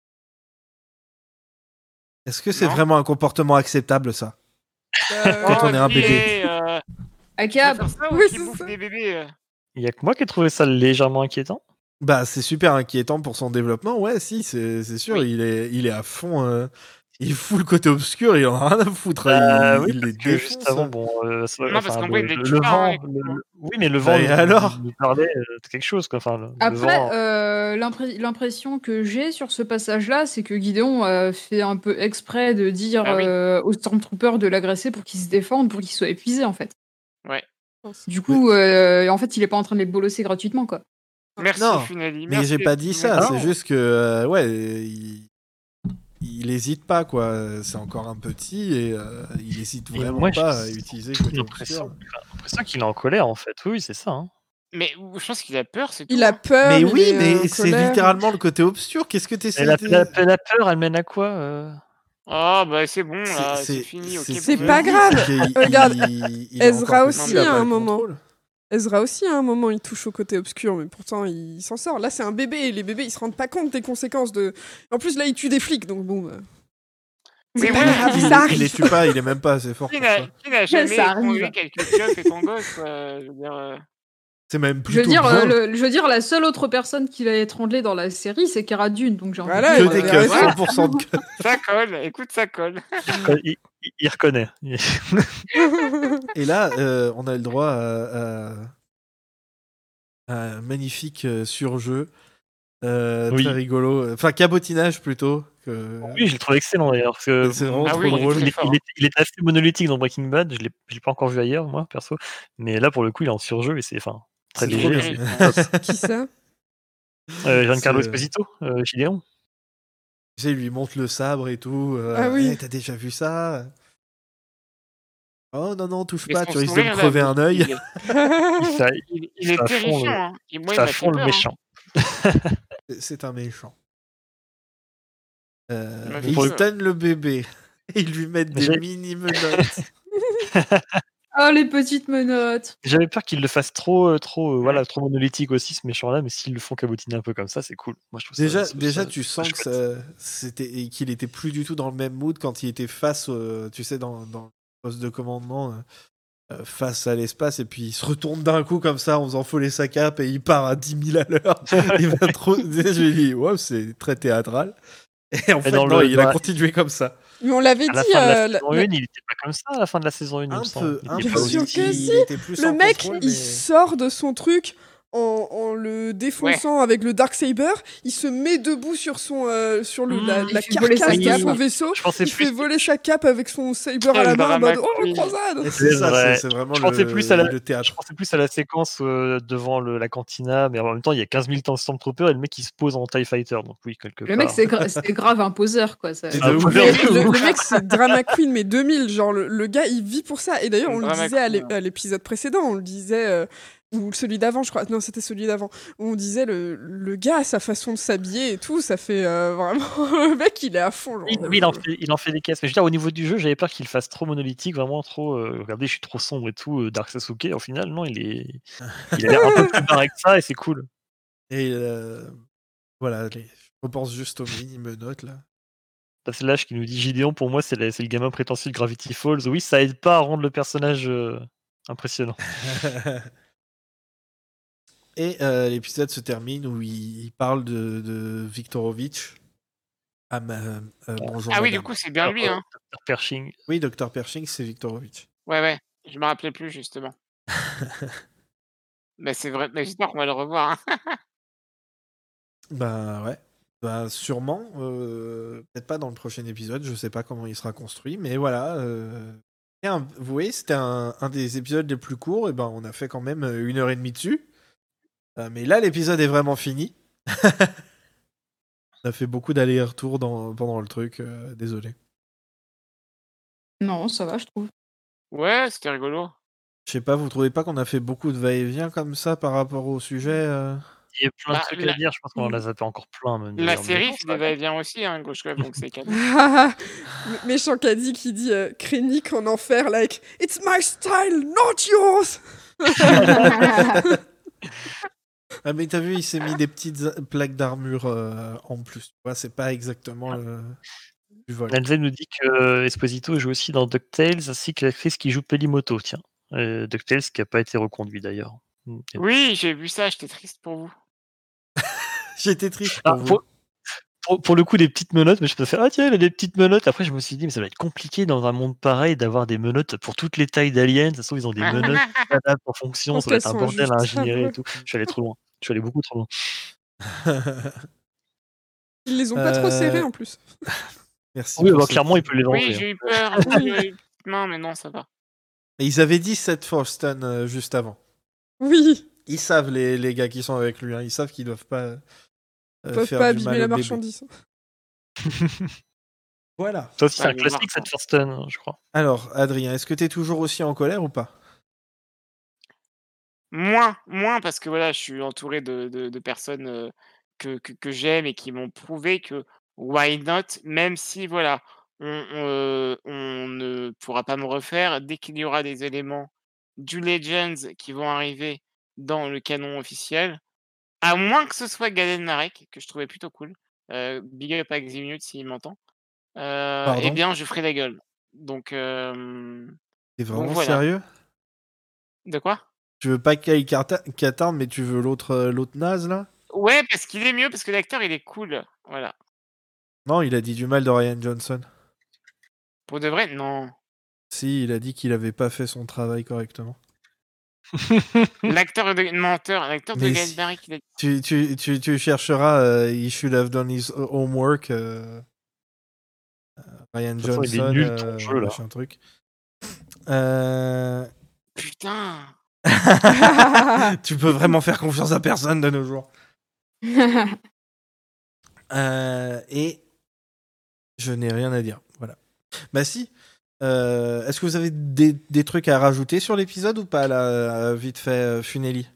Est-ce que c'est Non. vraiment un comportement acceptable, ça? Quand on est un bébé. Aka, Faire ça ou oui, qu'il c'est bouffe ça. des bébés Il y a que moi qui ai trouvé ça légèrement inquiétant. Bah, c'est super inquiétant pour son développement. Ouais, si, c'est sûr. Oui. Il est à fond. Il fout le côté obscur, il en a rien à foutre. Il Oui, les parce que juste défonce. avant, bon, Non, parce qu'en vrai, il les tue le pas, vent, hein, oui, mais le Bah, vent et alors nous parlait de quelque chose, quoi. Enfin, le Après, vent. l'impression que j'ai sur ce passage-là, c'est que Gideon fait un peu exprès de dire Ah oui. aux Stormtroopers de l'agresser pour qu'ils se défendent, pour qu'ils soient épuisés, en fait. Ouais. Du coup, en fait, il est pas en train de les bolosser gratuitement, quoi. Merci, Non, Funali. mais Merci, j'ai pas dit ça. Non. C'est juste que, ouais, il hésite pas, quoi. C'est encore un petit et il hésite Et vraiment moi, pas à j'ai utiliser le côté l'impression obscur. qu'il est en colère, en fait. Oui, c'est ça. Hein. Mais je pense qu'il a peur, c'est tout. Il a peur. Mais il oui, est, en mais c'est colère. littéralement le côté obscur. Qu'est-ce que t'essayes Et de... la peur, elle mène à quoi Ah, bah c'est bon, là, c'est fini. Ok, c'est vous pas avez- grave. qu'il- Regarde, il est Ezra encore aussi, petit, il a à pas un le moment. contrôle. Ezra aussi, à un moment, il touche au côté obscur, mais pourtant, il s'en sort. Là, c'est un bébé, et les bébés, ils se rendent pas compte des conséquences de... En plus, là, il tue des flics, donc bon... Mais pas voilà, grave, Il, ça il arrive. les tue pas, il est même pas assez fort Qui pour ça. n'a jamais Ça arrive. conduit quelques clopes et ton gosse, quoi. Je veux dire. C'est même Je veux plutôt dire, bien je veux dire, la seule autre personne qui l'a étranglé dans la série, c'est Cara Dune, donc j'ai envie de Voilà, dire, que des il keufs, a 100% de keufs. Ça colle, écoute, ça colle. Il reconnaît. Et là, on a le droit à un magnifique surjeu. Oui. Très rigolo. Enfin, cabotinage plutôt. Oui, je le trouve excellent d'ailleurs. Parce que C'est vraiment Ah trop oui, il est drôle. très fort, hein. il est assez monolithique dans Breaking Bad. Je l'ai pas encore vu ailleurs, moi, perso. Mais là, pour le coup, il est en surjeu et c'est très C'est trop léger. bien. Qui ça? Giancarlo C'est- Esposito, Gideon. Tu sais, il lui montre le sabre et tout. Ah oui. Hey, t'as déjà vu ça? Oh non, non, touche Mais pas, son tu risques de me sourire, là, crever un œil. Il est Ça fond terrifiant, le- hein. Et moi, il Ça m'a fait fond le peur, hein. méchant. C'est un méchant. m'a Et fait ils peur. tannent le bébé. Et ils lui mettent des J'ai- mini-menottes. Oh, les petites menottes. J'avais peur qu'il le fasse trop monolithique aussi, ce méchant-là, mais s'ils le font cabotiner un peu comme ça, c'est cool. Moi, je trouve Déjà, ça, déjà ça- tu ça sens que chouette. et qu'il était plus du tout dans le même mood quand il était face, tu sais, dans le poste de commandement, face à l'espace, et puis il se retourne d'un coup comme ça en faisant voler sa cape et il part à 10 000 à l'heure. Il va trop. Je lui ai dit, wow, c'est très théâtral. Et en fait, dans non, le- il dans a la- continué comme ça. Mais on l'avait À la dit, fin de la saison 1, il était pas comme ça à la fin de la saison 1, il me Un semble. peu, Il un était Bien pas peu. aussi. sûr que si. Il était plus Le en mec, contrôle, il mais sort de son truc en le Ouais. défonçant avec le Darksaber, il se met debout sur la Il fait voler sa carcasse de cape. son vaisseau, Je pensais il fait plus. voler sa cape avec son saber à la Quel main en drama mode « Oh, queen. croisade et C'est c'est ça, vrai. c'est vraiment Je pensais plus à le la, je théâtre. pensais plus à la séquence devant la cantina, mais en même temps, il y a 15 000 Stormtroopers et le mec il se pose en TIE Fighter, donc oui, quelque Le mec, part. c'est grave un poseur, quoi. Ça. C'est Ah, de ouf. poseur Mais de le ouf. mec, c'est Drama Queen, mais 2000. Genre, le gars, il vit pour ça. Et d'ailleurs, on le Drama disait queen. à l'épisode précédent, on le disait, ou celui d'avant, je crois. Non, c'était celui d'avant. Où on disait le gars, sa façon de s'habiller et tout, ça fait vraiment. Le mec, il est à fond. Genre, Oui, il en fait des caisses. Mais je veux dire, au niveau du jeu, j'avais peur qu'il fasse trop monolithique, vraiment trop. Regardez, je suis trop sombre et tout, Dark Sasuke. Au final, non, il a l'air un peu plus barré que ça et c'est cool. Et voilà, je repense juste aux mini-menottes là. T'as Slash qui nous dit Gideon, pour moi, c'est le gamin prétentieux de Gravity Falls. Oui, ça aide pas à rendre le personnage impressionnant. Et l'épisode se termine où il parle de Viktorovitch. Bonjour Ah oui, du madame. coup, c'est bien lui, hein. Dr. Pershing. Oui, Dr. Pershing, c'est Viktorovitch. Ouais. Je me rappelais plus, justement. Mais c'est vrai. Mais j'espère qu'on va le revoir. Hein. Bah ouais. Bah sûrement. Peut-être pas dans le prochain épisode, je sais pas comment il sera construit, mais voilà. Vous voyez, c'était un des épisodes les plus courts, et ben on a fait quand même 1h30 dessus. Mais là, l'épisode est vraiment fini. On a fait beaucoup d'allers-retours pendant le truc, désolé. Non, ça va, je trouve. Ouais, c'était rigolo. Je sais pas, vous trouvez pas qu'on a fait beaucoup de va-et-vient comme ça par rapport au sujet Il y a plein de Bah, trucs à dire, je pense qu'on en a zappé encore plein, même la d'ailleurs. mais série non, fait ça des va. va-et-vient aussi, hein, Gauche Club, donc c'est cadeau. Méchant caddie qui dit Krennic en enfer, like « It's my style, not yours !» Ah mais t'as vu, il s'est mis des petites plaques d'armure en plus. Tu vois, c'est pas exactement du vol. Nelzen nous dit que Esposito joue aussi dans DuckTales, ainsi que l'actrice qui joue Pelimoto, tiens. DuckTales qui n'a pas été reconduit d'ailleurs. Oui, j'ai vu ça, j'étais triste pour vous. J'étais triste pour Ah, vous. pour le coup, des petites menottes, mais je me fais ah tiens, il a des petites menottes. Après, je me suis dit, mais ça va être compliqué dans un monde pareil d'avoir des menottes pour toutes les tailles d'aliens. De toute façon, ils ont des menottes qui s'adaptent en fonction. pense Ça va être qu'elles un sont bordel à ingénierie et ajustables. tout. Je suis allé trop loin. Je suis allé beaucoup trop loin. Ils les ont pas trop serrés en plus. Merci. Oui, pour bah, ce clairement, il petit- peut les Oui, venger. j'ai eu peur. J'ai eu une petite main, mais non, ça va. Et ils avaient dit Seth Forston juste avant. Oui, Ils savent les gars qui sont avec lui, hein. Ils savent qu'ils doivent pas ils peuvent faire pas du mal abîmer la au bébé. marchandise. Voilà. Ça aussi, c'est Bah, un je vais classique, voir cette Forston, hein, je crois. Alors, Adrien, est-ce que t'es toujours aussi en colère ou pas? Moins parce que voilà, je suis entouré de personnes que j'aime et qui m'ont prouvé que why not, même si voilà, on ne pourra pas me refaire, dès qu'il y aura des éléments du Legends qui vont arriver dans le canon officiel, à moins que ce soit Galen Marek, que je trouvais plutôt cool, big up à Ximnut s'il m'entend, eh Pardon? bien je ferai la gueule. Donc T'es vraiment voilà. sérieux? De quoi? Tu veux pas Kyle Katarn, mais tu veux l'autre naze là? Ouais, parce qu'il est mieux, parce que l'acteur il est cool, voilà. Non, il a dit du mal de Ryan Johnson. Pour de vrai, non. Si, il a dit qu'il avait pas fait son travail correctement. L'acteur de menteur, l'acteur de Mais Gaël si. Barry qui l'a Tu chercheras He should have done his homework. Ryan De toute façon, il est Johnson, nul, ton jeu, là. machin truc. Euh, Putain. tu peux vraiment faire confiance à personne de nos jours. Et je n'ai rien à dire. Voilà. Bah si. Est-ce que vous avez des trucs à rajouter sur l'épisode ou pas là, vite fait, Funeli?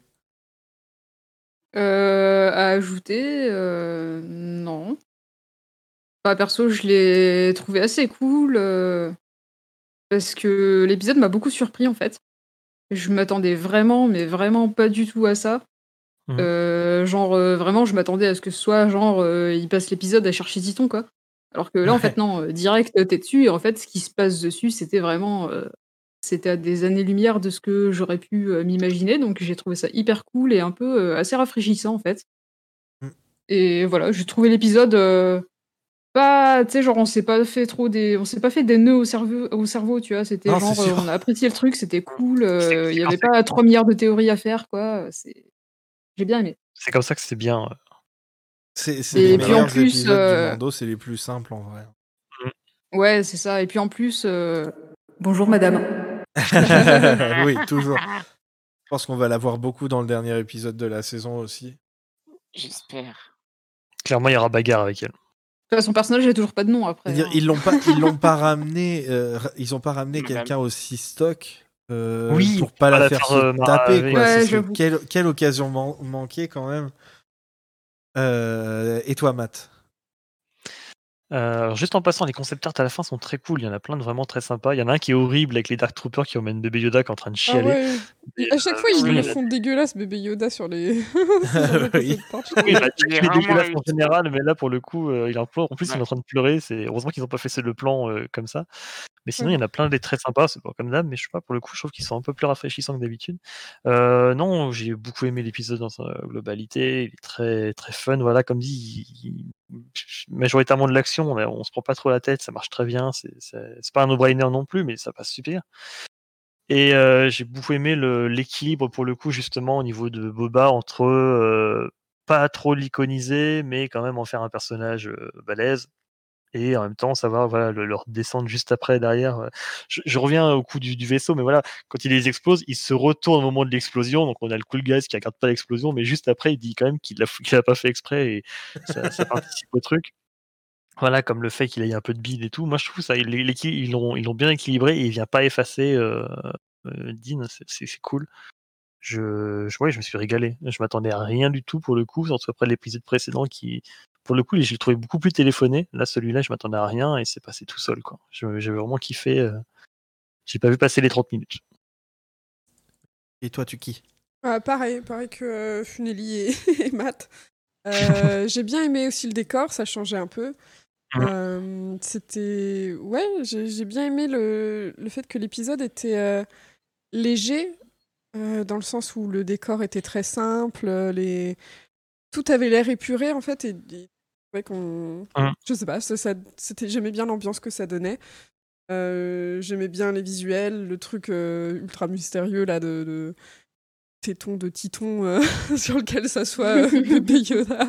À ajouter, non. Bah, perso, je l'ai trouvé assez cool parce que l'épisode m'a beaucoup surpris en fait. Je m'attendais vraiment, mais vraiment pas du tout à ça. Vraiment, je m'attendais à ce que ce soit il passe l'épisode à chercher Titon, quoi. Alors que là, en fait, non, direct, t'es dessus. Et en fait, ce qui se passe dessus, c'était vraiment. C'était à des années-lumière de ce que j'aurais pu m'imaginer. Donc, j'ai trouvé ça hyper cool et un peu assez rafraîchissant, en fait. Mm. Et voilà, j'ai trouvé l'épisode pas, tu sais, genre on s'est pas fait des nœuds au cerveau, tu vois. C'était Non, genre, c'est sûr. on a apprécié le truc, c'était cool. Il y C'est avait pas 3 milliards de théories à faire, quoi. J'ai bien aimé. c'est comme ça que c'est bien. C'est Et les puis en meilleurs plus, épisodes du Mando, c'est les plus simples en vrai. ouais, c'est ça. Et puis en plus, Bonjour madame. Oui, toujours. Je pense qu'on va la voir beaucoup dans le dernier épisode de la saison aussi. J'espère. Clairement, il y aura bagarre avec elle. son personnage n'a toujours pas de nom après. C'est-à-dire, hein. ils l'ont pas ramené, ils ont pas ramené Madame. quelqu'un aussi stock Oui, pour pas la faire faire, se taper, quoi. Ouais, Ce serait j'avoue. quelle occasion manquée quand même. Et toi, Matt? Alors juste en passant, les concept art à la fin sont très cool. Il y en a plein de vraiment très sympas. Il y en a un qui est horrible avec les Dark Troopers qui emmènent bébé Yoda qui est en train de Ah chialer. ouais. Et, À chaque fois, mais ils sinon, le il y en a- font dégueulasse, bébé Yoda, sur les. sur les Oui. concept art, je trouve. Oui, bah, Il est il est rarement dégueulasse en réussi. général, mais là pour le coup, il en pleure. En plus, il est Ouais. en train de pleurer. C'est heureusement qu'ils n'ont pas fait le plan comme ça. Mais sinon, il y en a plein des très sympas. C'est pas comme d'hab, mais je sais pas. Pour le coup, je trouve qu'ils sont un peu plus rafraîchissants que d'habitude. Non, j'ai beaucoup aimé l'épisode dans sa globalité. Il est très très fun. Voilà, comme dit, majoritairement de l'action. On se prend pas trop la tête. Ça marche très bien. C'est pas un no-brainer non plus, mais ça passe super. Et j'ai beaucoup aimé l'équilibre pour le coup justement au niveau de Boba entre pas trop l'iconiser, mais quand même en faire un personnage balèze. Et en même temps, savoir voilà, leur descendre juste après derrière. Je reviens au coup du vaisseau, mais voilà, quand il les explose, il se retourne au moment de l'explosion. Donc on a le cool guys qui regarde pas l'explosion, mais juste après, il dit quand même qu'il a pas fait exprès et ça participe au truc. Voilà, comme le fait qu'il ait un peu de bide et tout. Moi, je trouve ça, ils l'ont bien équilibré et il vient pas effacer Dean. C'est cool. Ouais, je me suis régalé. Je m'attendais à rien du tout pour le coup, surtout après l'épisode précédent qui, pour le coup, je l'ai trouvé beaucoup plus téléphoné. Là, celui-là, je m'attendais à rien et c'est passé tout seul, quoi. J'avais vraiment kiffé. J'ai pas vu passer les 30 minutes. Et toi, tu qui? Pareil que Funeli et Matt. J'ai bien aimé aussi le décor, ça changeait un peu. C'était. Ouais, j'ai bien aimé le fait que l'épisode était léger, dans le sens où le décor était très simple, tout avait l'air épuré en fait, et ouais, je sais pas, j'aimais bien l'ambiance que ça donnait. J'aimais bien les visuels, le truc ultra mystérieux là de téton de Titon sur lequel s'assoit bébé Yoda.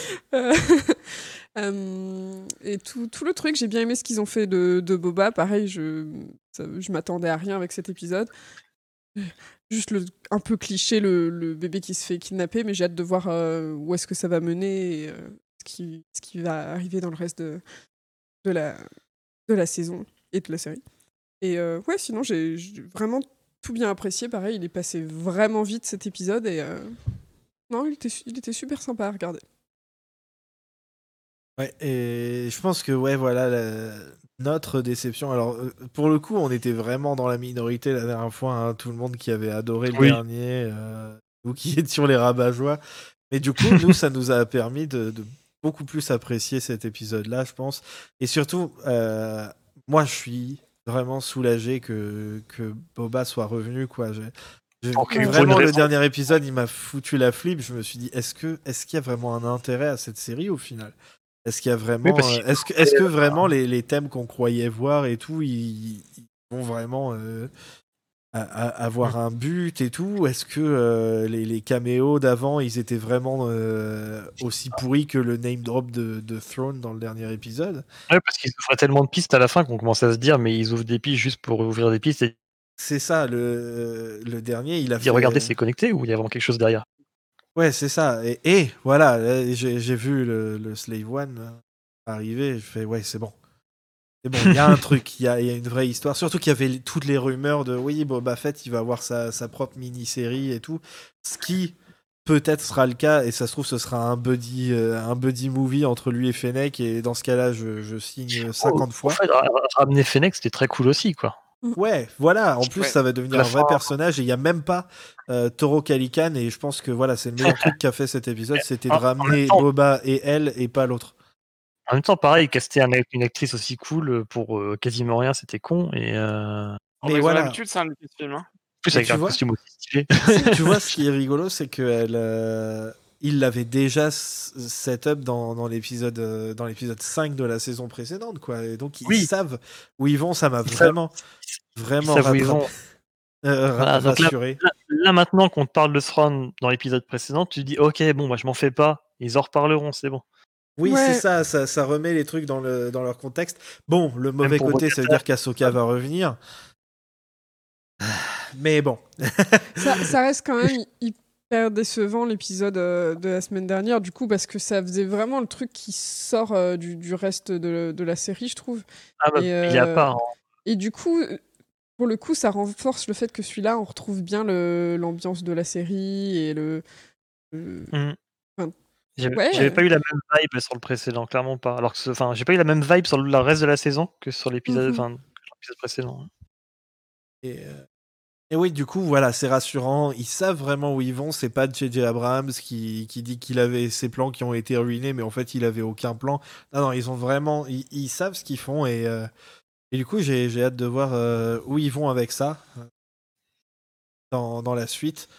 Et tout le truc, j'ai bien aimé ce qu'ils ont fait de Boba. Pareil, je m'attendais à rien avec cet épisode. Juste un peu cliché, le bébé qui se fait kidnapper, mais j'ai hâte de voir où est-ce que ça va mener et ce qui va arriver dans le reste de la saison et de la série. Et ouais, sinon, j'ai vraiment tout bien apprécié. Pareil, il est passé vraiment vite cet épisode et non, il était super sympa à regarder. Ouais, et je pense que ouais, voilà notre déception. Alors pour le coup, on était vraiment dans la minorité la dernière fois, hein, tout le monde qui avait adoré le Oui. dernier, ou qui est sur les rabat-joie. Mais du coup, nous, ça nous a permis de beaucoup plus apprécier cet épisode-là, je pense. Et surtout, moi, je suis vraiment soulagé que Boba soit revenu, quoi. Ok, pour une Vraiment, le raison. dernier épisode, il m'a foutu la flip. Je me suis dit, est-ce qu'il y a vraiment un intérêt à cette série au final? Est-ce qu'il y a vraiment, Oui, parce que- est-ce que vraiment les thèmes qu'on croyait voir et tout, ils vont vraiment avoir un but et tout? Est-ce que les caméos d'avant, ils étaient vraiment aussi pourris que le name drop de Throne dans le dernier épisode? Ouais, parce qu'ils ouvrent tellement de pistes à la fin qu'on commence à se dire, mais ils ouvrent des pistes juste pour ouvrir des pistes et C'est ça, le dernier, il a dire, fait. regardez, c'est connecté ou il y a vraiment quelque chose derrière. Ouais, c'est ça. Et voilà, là, j'ai vu le Slave One arriver. Je fais, ouais, c'est bon. C'est bon, il y a un truc, il y a une vraie histoire. Surtout qu'il y avait toutes les rumeurs de oui, Boba Fett, il va avoir sa propre mini-série et tout. Ce qui peut-être sera le cas, et ça se trouve, ce sera un buddy movie entre lui et Fennec. Et dans ce cas-là, je signe 50 fois. En fait, ramener Fennec, c'était très cool aussi, quoi. Ouais, voilà. En plus, Ouais. ça va devenir La un vrai fin. personnage. Et il n'y a même pas Toro Calican. Et je pense que voilà, c'est le meilleur truc qu'a fait cet épisode, c'était de En ramener même temps- Boba et elle, et pas l'autre. En même temps, pareil, caster une actrice aussi cool pour quasiment rien, c'était con. Et Mais Ils ont voilà. l'habitude, c'est un Lucasfilm. Hein. en plus, Et avec tu un vois costume aussi stylé. Tu vois, ce qui est rigolo, c'est qu'elle il l'avait déjà set-up dans l'épisode 5 de la saison précédente, quoi. Et donc, ils Oui. savent où ils vont. Ça m'a Ils savent- vraiment savent où ils vont. Voilà, donc rassuré. Là, maintenant qu'on te parle de Thrawn dans l'épisode précédent, tu te dis ok, bon, moi je m'en fais pas. Ils en reparleront, c'est bon. Oui, Ouais. c'est ça remet les trucs dans leur contexte. Bon, le mauvais pour côté, ça veut Bo-Katan. dire qu'Ahsoka va revenir. Mais bon. Ça reste quand même hyper décevant l'épisode de la semaine dernière, du coup, parce que ça faisait vraiment le truc qui sort du reste de la série, je trouve. Ah bah, Et, il y a pas. Hein. Et du coup, pour le coup, ça renforce le fait que celui-là, on retrouve bien l'ambiance de la série et J'avais pas eu la même vibe sur le précédent, clairement pas. Alors que, j'ai pas eu la même vibe sur le reste de la saison que sur l'épisode, Mhm. l'épisode précédent. Et oui, du coup, voilà, c'est rassurant. Ils savent vraiment où ils vont. C'est pas J.J. Abrams qui dit qu'il avait ses plans qui ont été ruinés, mais en fait, il avait aucun plan. Non, ils ont vraiment, ils savent ce qu'ils font et du coup, j'ai hâte de voir où ils vont avec ça dans la suite.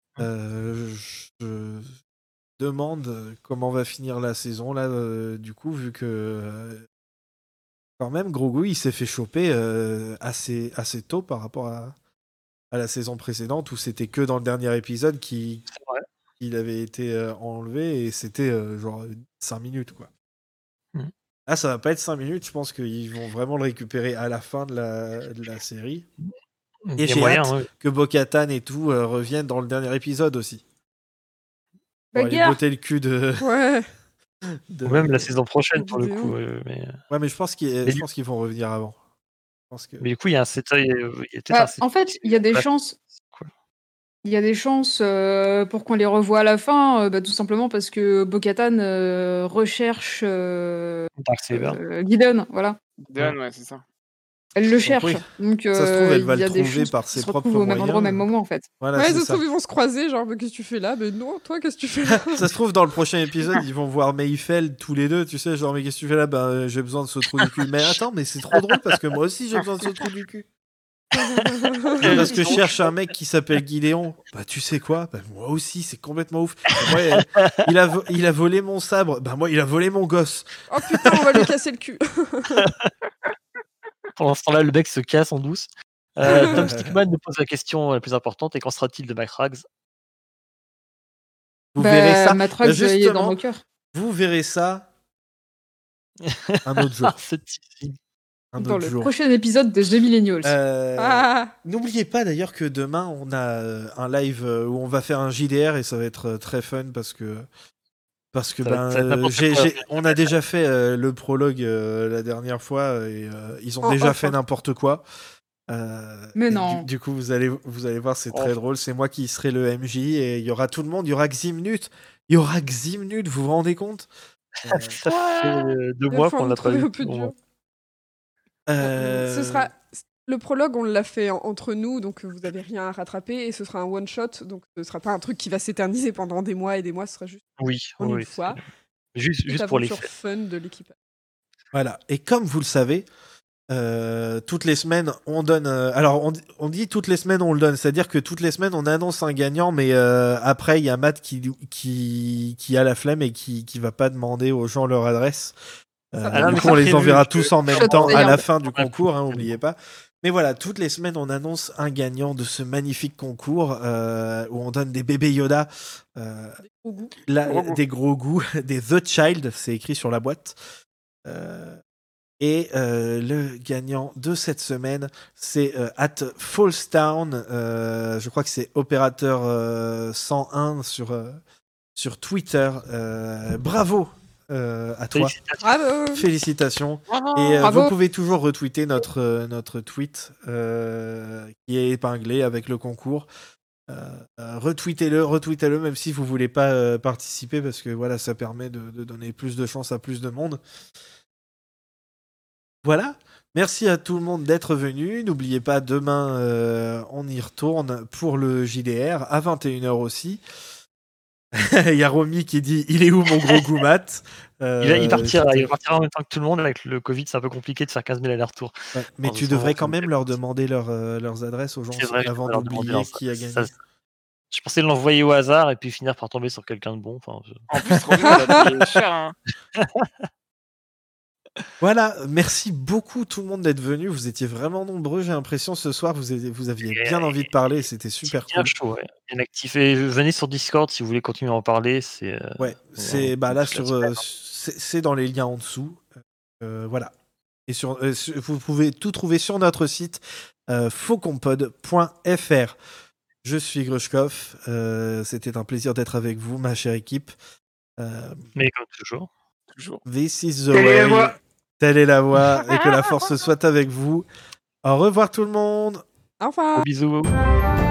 Je demande comment va finir la saison là. Du coup, vu que quand même, Grogu, il s'est fait choper assez tôt par rapport à la saison précédente où c'était que dans le dernier épisode qu'il avait été enlevé et c'était genre 5 minutes quoi. Là, ça va pas être 5 minutes, je pense qu'ils vont vraiment le récupérer à la fin de la série. Et j'ai hâte que Bo-Katan et tout reviennent dans le dernier épisode aussi. Pour aller botter le cul de... Ouais. Ou même la saison prochaine pour le coup. Ouais, mais je pense qu'ils vont revenir avant. Mais du coup, il y a un en fait, il y a des chances. Il y a des chances pour qu'on les revoie à la fin, tout simplement parce que Bo-Katan recherche Gideon, voilà. Gideon, ouais, c'est ça. Elle le cherche, oui. donc ça se trouve, elle va il y a le des trouver chances par qu'ils ses se propres retrouvent au même moyens. endroit au même moment en fait. Voilà, ouais, ça se trouve, ils vont se croiser, genre, mais qu'est-ce que tu fais là? Mais non, toi, qu'est-ce que tu fais là? Ça se trouve, dans le prochain épisode, ils vont voir Mayfeld tous les deux, tu sais, genre, mais qu'est-ce que tu fais là? Ben, j'ai besoin de ce trou du cul. Mais attends, mais c'est trop drôle parce que moi aussi, j'ai besoin de ce trou du cul. Parce que je cherche un mec qui s'appelle Gideon. Bah, tu sais quoi? Bah, moi aussi, c'est complètement ouf. Moi, il a volé mon sabre. Bah, moi, il a volé mon gosse. Oh putain, on va lui casser le cul. Pendant ce temps-là, le mec se casse en douce. Tom Stickman nous pose la question la plus importante, et qu'en sera-t-il de Matrax? Vous verrez ça. Matrax, il est dans nos cœurs. Vous verrez ça un autre jour. Dans le prochain épisode de The Millennials. N'oubliez pas d'ailleurs que demain, on a un live où on va faire un JDR et ça va être très fun parce que on a déjà fait le prologue la dernière fois et ils ont déjà fait n'importe quoi. Mais non. Du coup, vous allez voir, c'est très drôle. C'est moi qui serai le MJ et il y aura tout le monde. Il y aura Ximnut. Vous vous rendez compte? Ça fait 2 mois qu'on l'a pas vu. Ce sera le prologue, on l'a fait entre nous, donc vous n'avez rien à rattraper, et ce sera un one shot, donc ce sera pas un truc qui va s'éterniser pendant des mois et des mois. Ce sera juste une fois. Juste pour les fun de l'équipe. Voilà. Et comme vous le savez, toutes les semaines, on donne. Alors, on dit toutes les semaines, on le donne. C'est-à-dire que toutes les semaines, on annonce un gagnant, mais après, il y a Matt qui a la flemme et qui va pas demander aux gens leur adresse. Du coup, on les enverra tous en même temps à la fin du concours, n'oubliez pas. Mais voilà, toutes les semaines, on annonce un gagnant de ce magnifique concours où on donne des bébés Yoda, des gros goûts, des The Child, c'est écrit sur la boîte. Et le gagnant de cette semaine, c'est @Fallstown. Je crois que c'est opérateur 101 sur Twitter. Bravo à toi. Bravo. Félicitations. Et vous pouvez toujours retweeter notre tweet qui est épinglé avec le concours. Retweetez-le, même si vous voulez pas participer, parce que voilà, ça permet de donner plus de chance à plus de monde. Voilà, merci à tout le monde d'être venu. N'oubliez pas, demain, on y retourne pour le JDR, à 21h aussi. Il y a Romy qui dit « Il est où mon gros Goumat ?» Il partira en même temps que tout le monde. Avec le Covid, c'est un peu compliqué de faire 15 000 allers-retours. Ouais, mais tu devrais quand même leur demander leurs adresses aux gens avant d'oublier qui a gagné. Je pensais l'envoyer au hasard et puis finir par tomber sur quelqu'un de bon. Enfin, En plus, Romain, il a payé cher. Hein. Voilà, merci beaucoup tout le monde d'être venu. Vous étiez vraiment nombreux, j'ai l'impression, ce soir. Vous aviez bien envie de parler, c'était super bien cool. chaud, ouais. Bien actif. Et venez sur Discord si vous voulez continuer à en parler. C'est Ouais, c'est là c'est dans les liens en dessous. Voilà. Et vous pouvez tout trouver sur notre site fauxcompod.fr. Je suis Grushkov. C'était un plaisir d'être avec vous, ma chère équipe. Mais comme toujours. This is the way. Telle est la voie. Et que la force soit avec vous. Au revoir tout le monde. Au revoir. Gros bisous.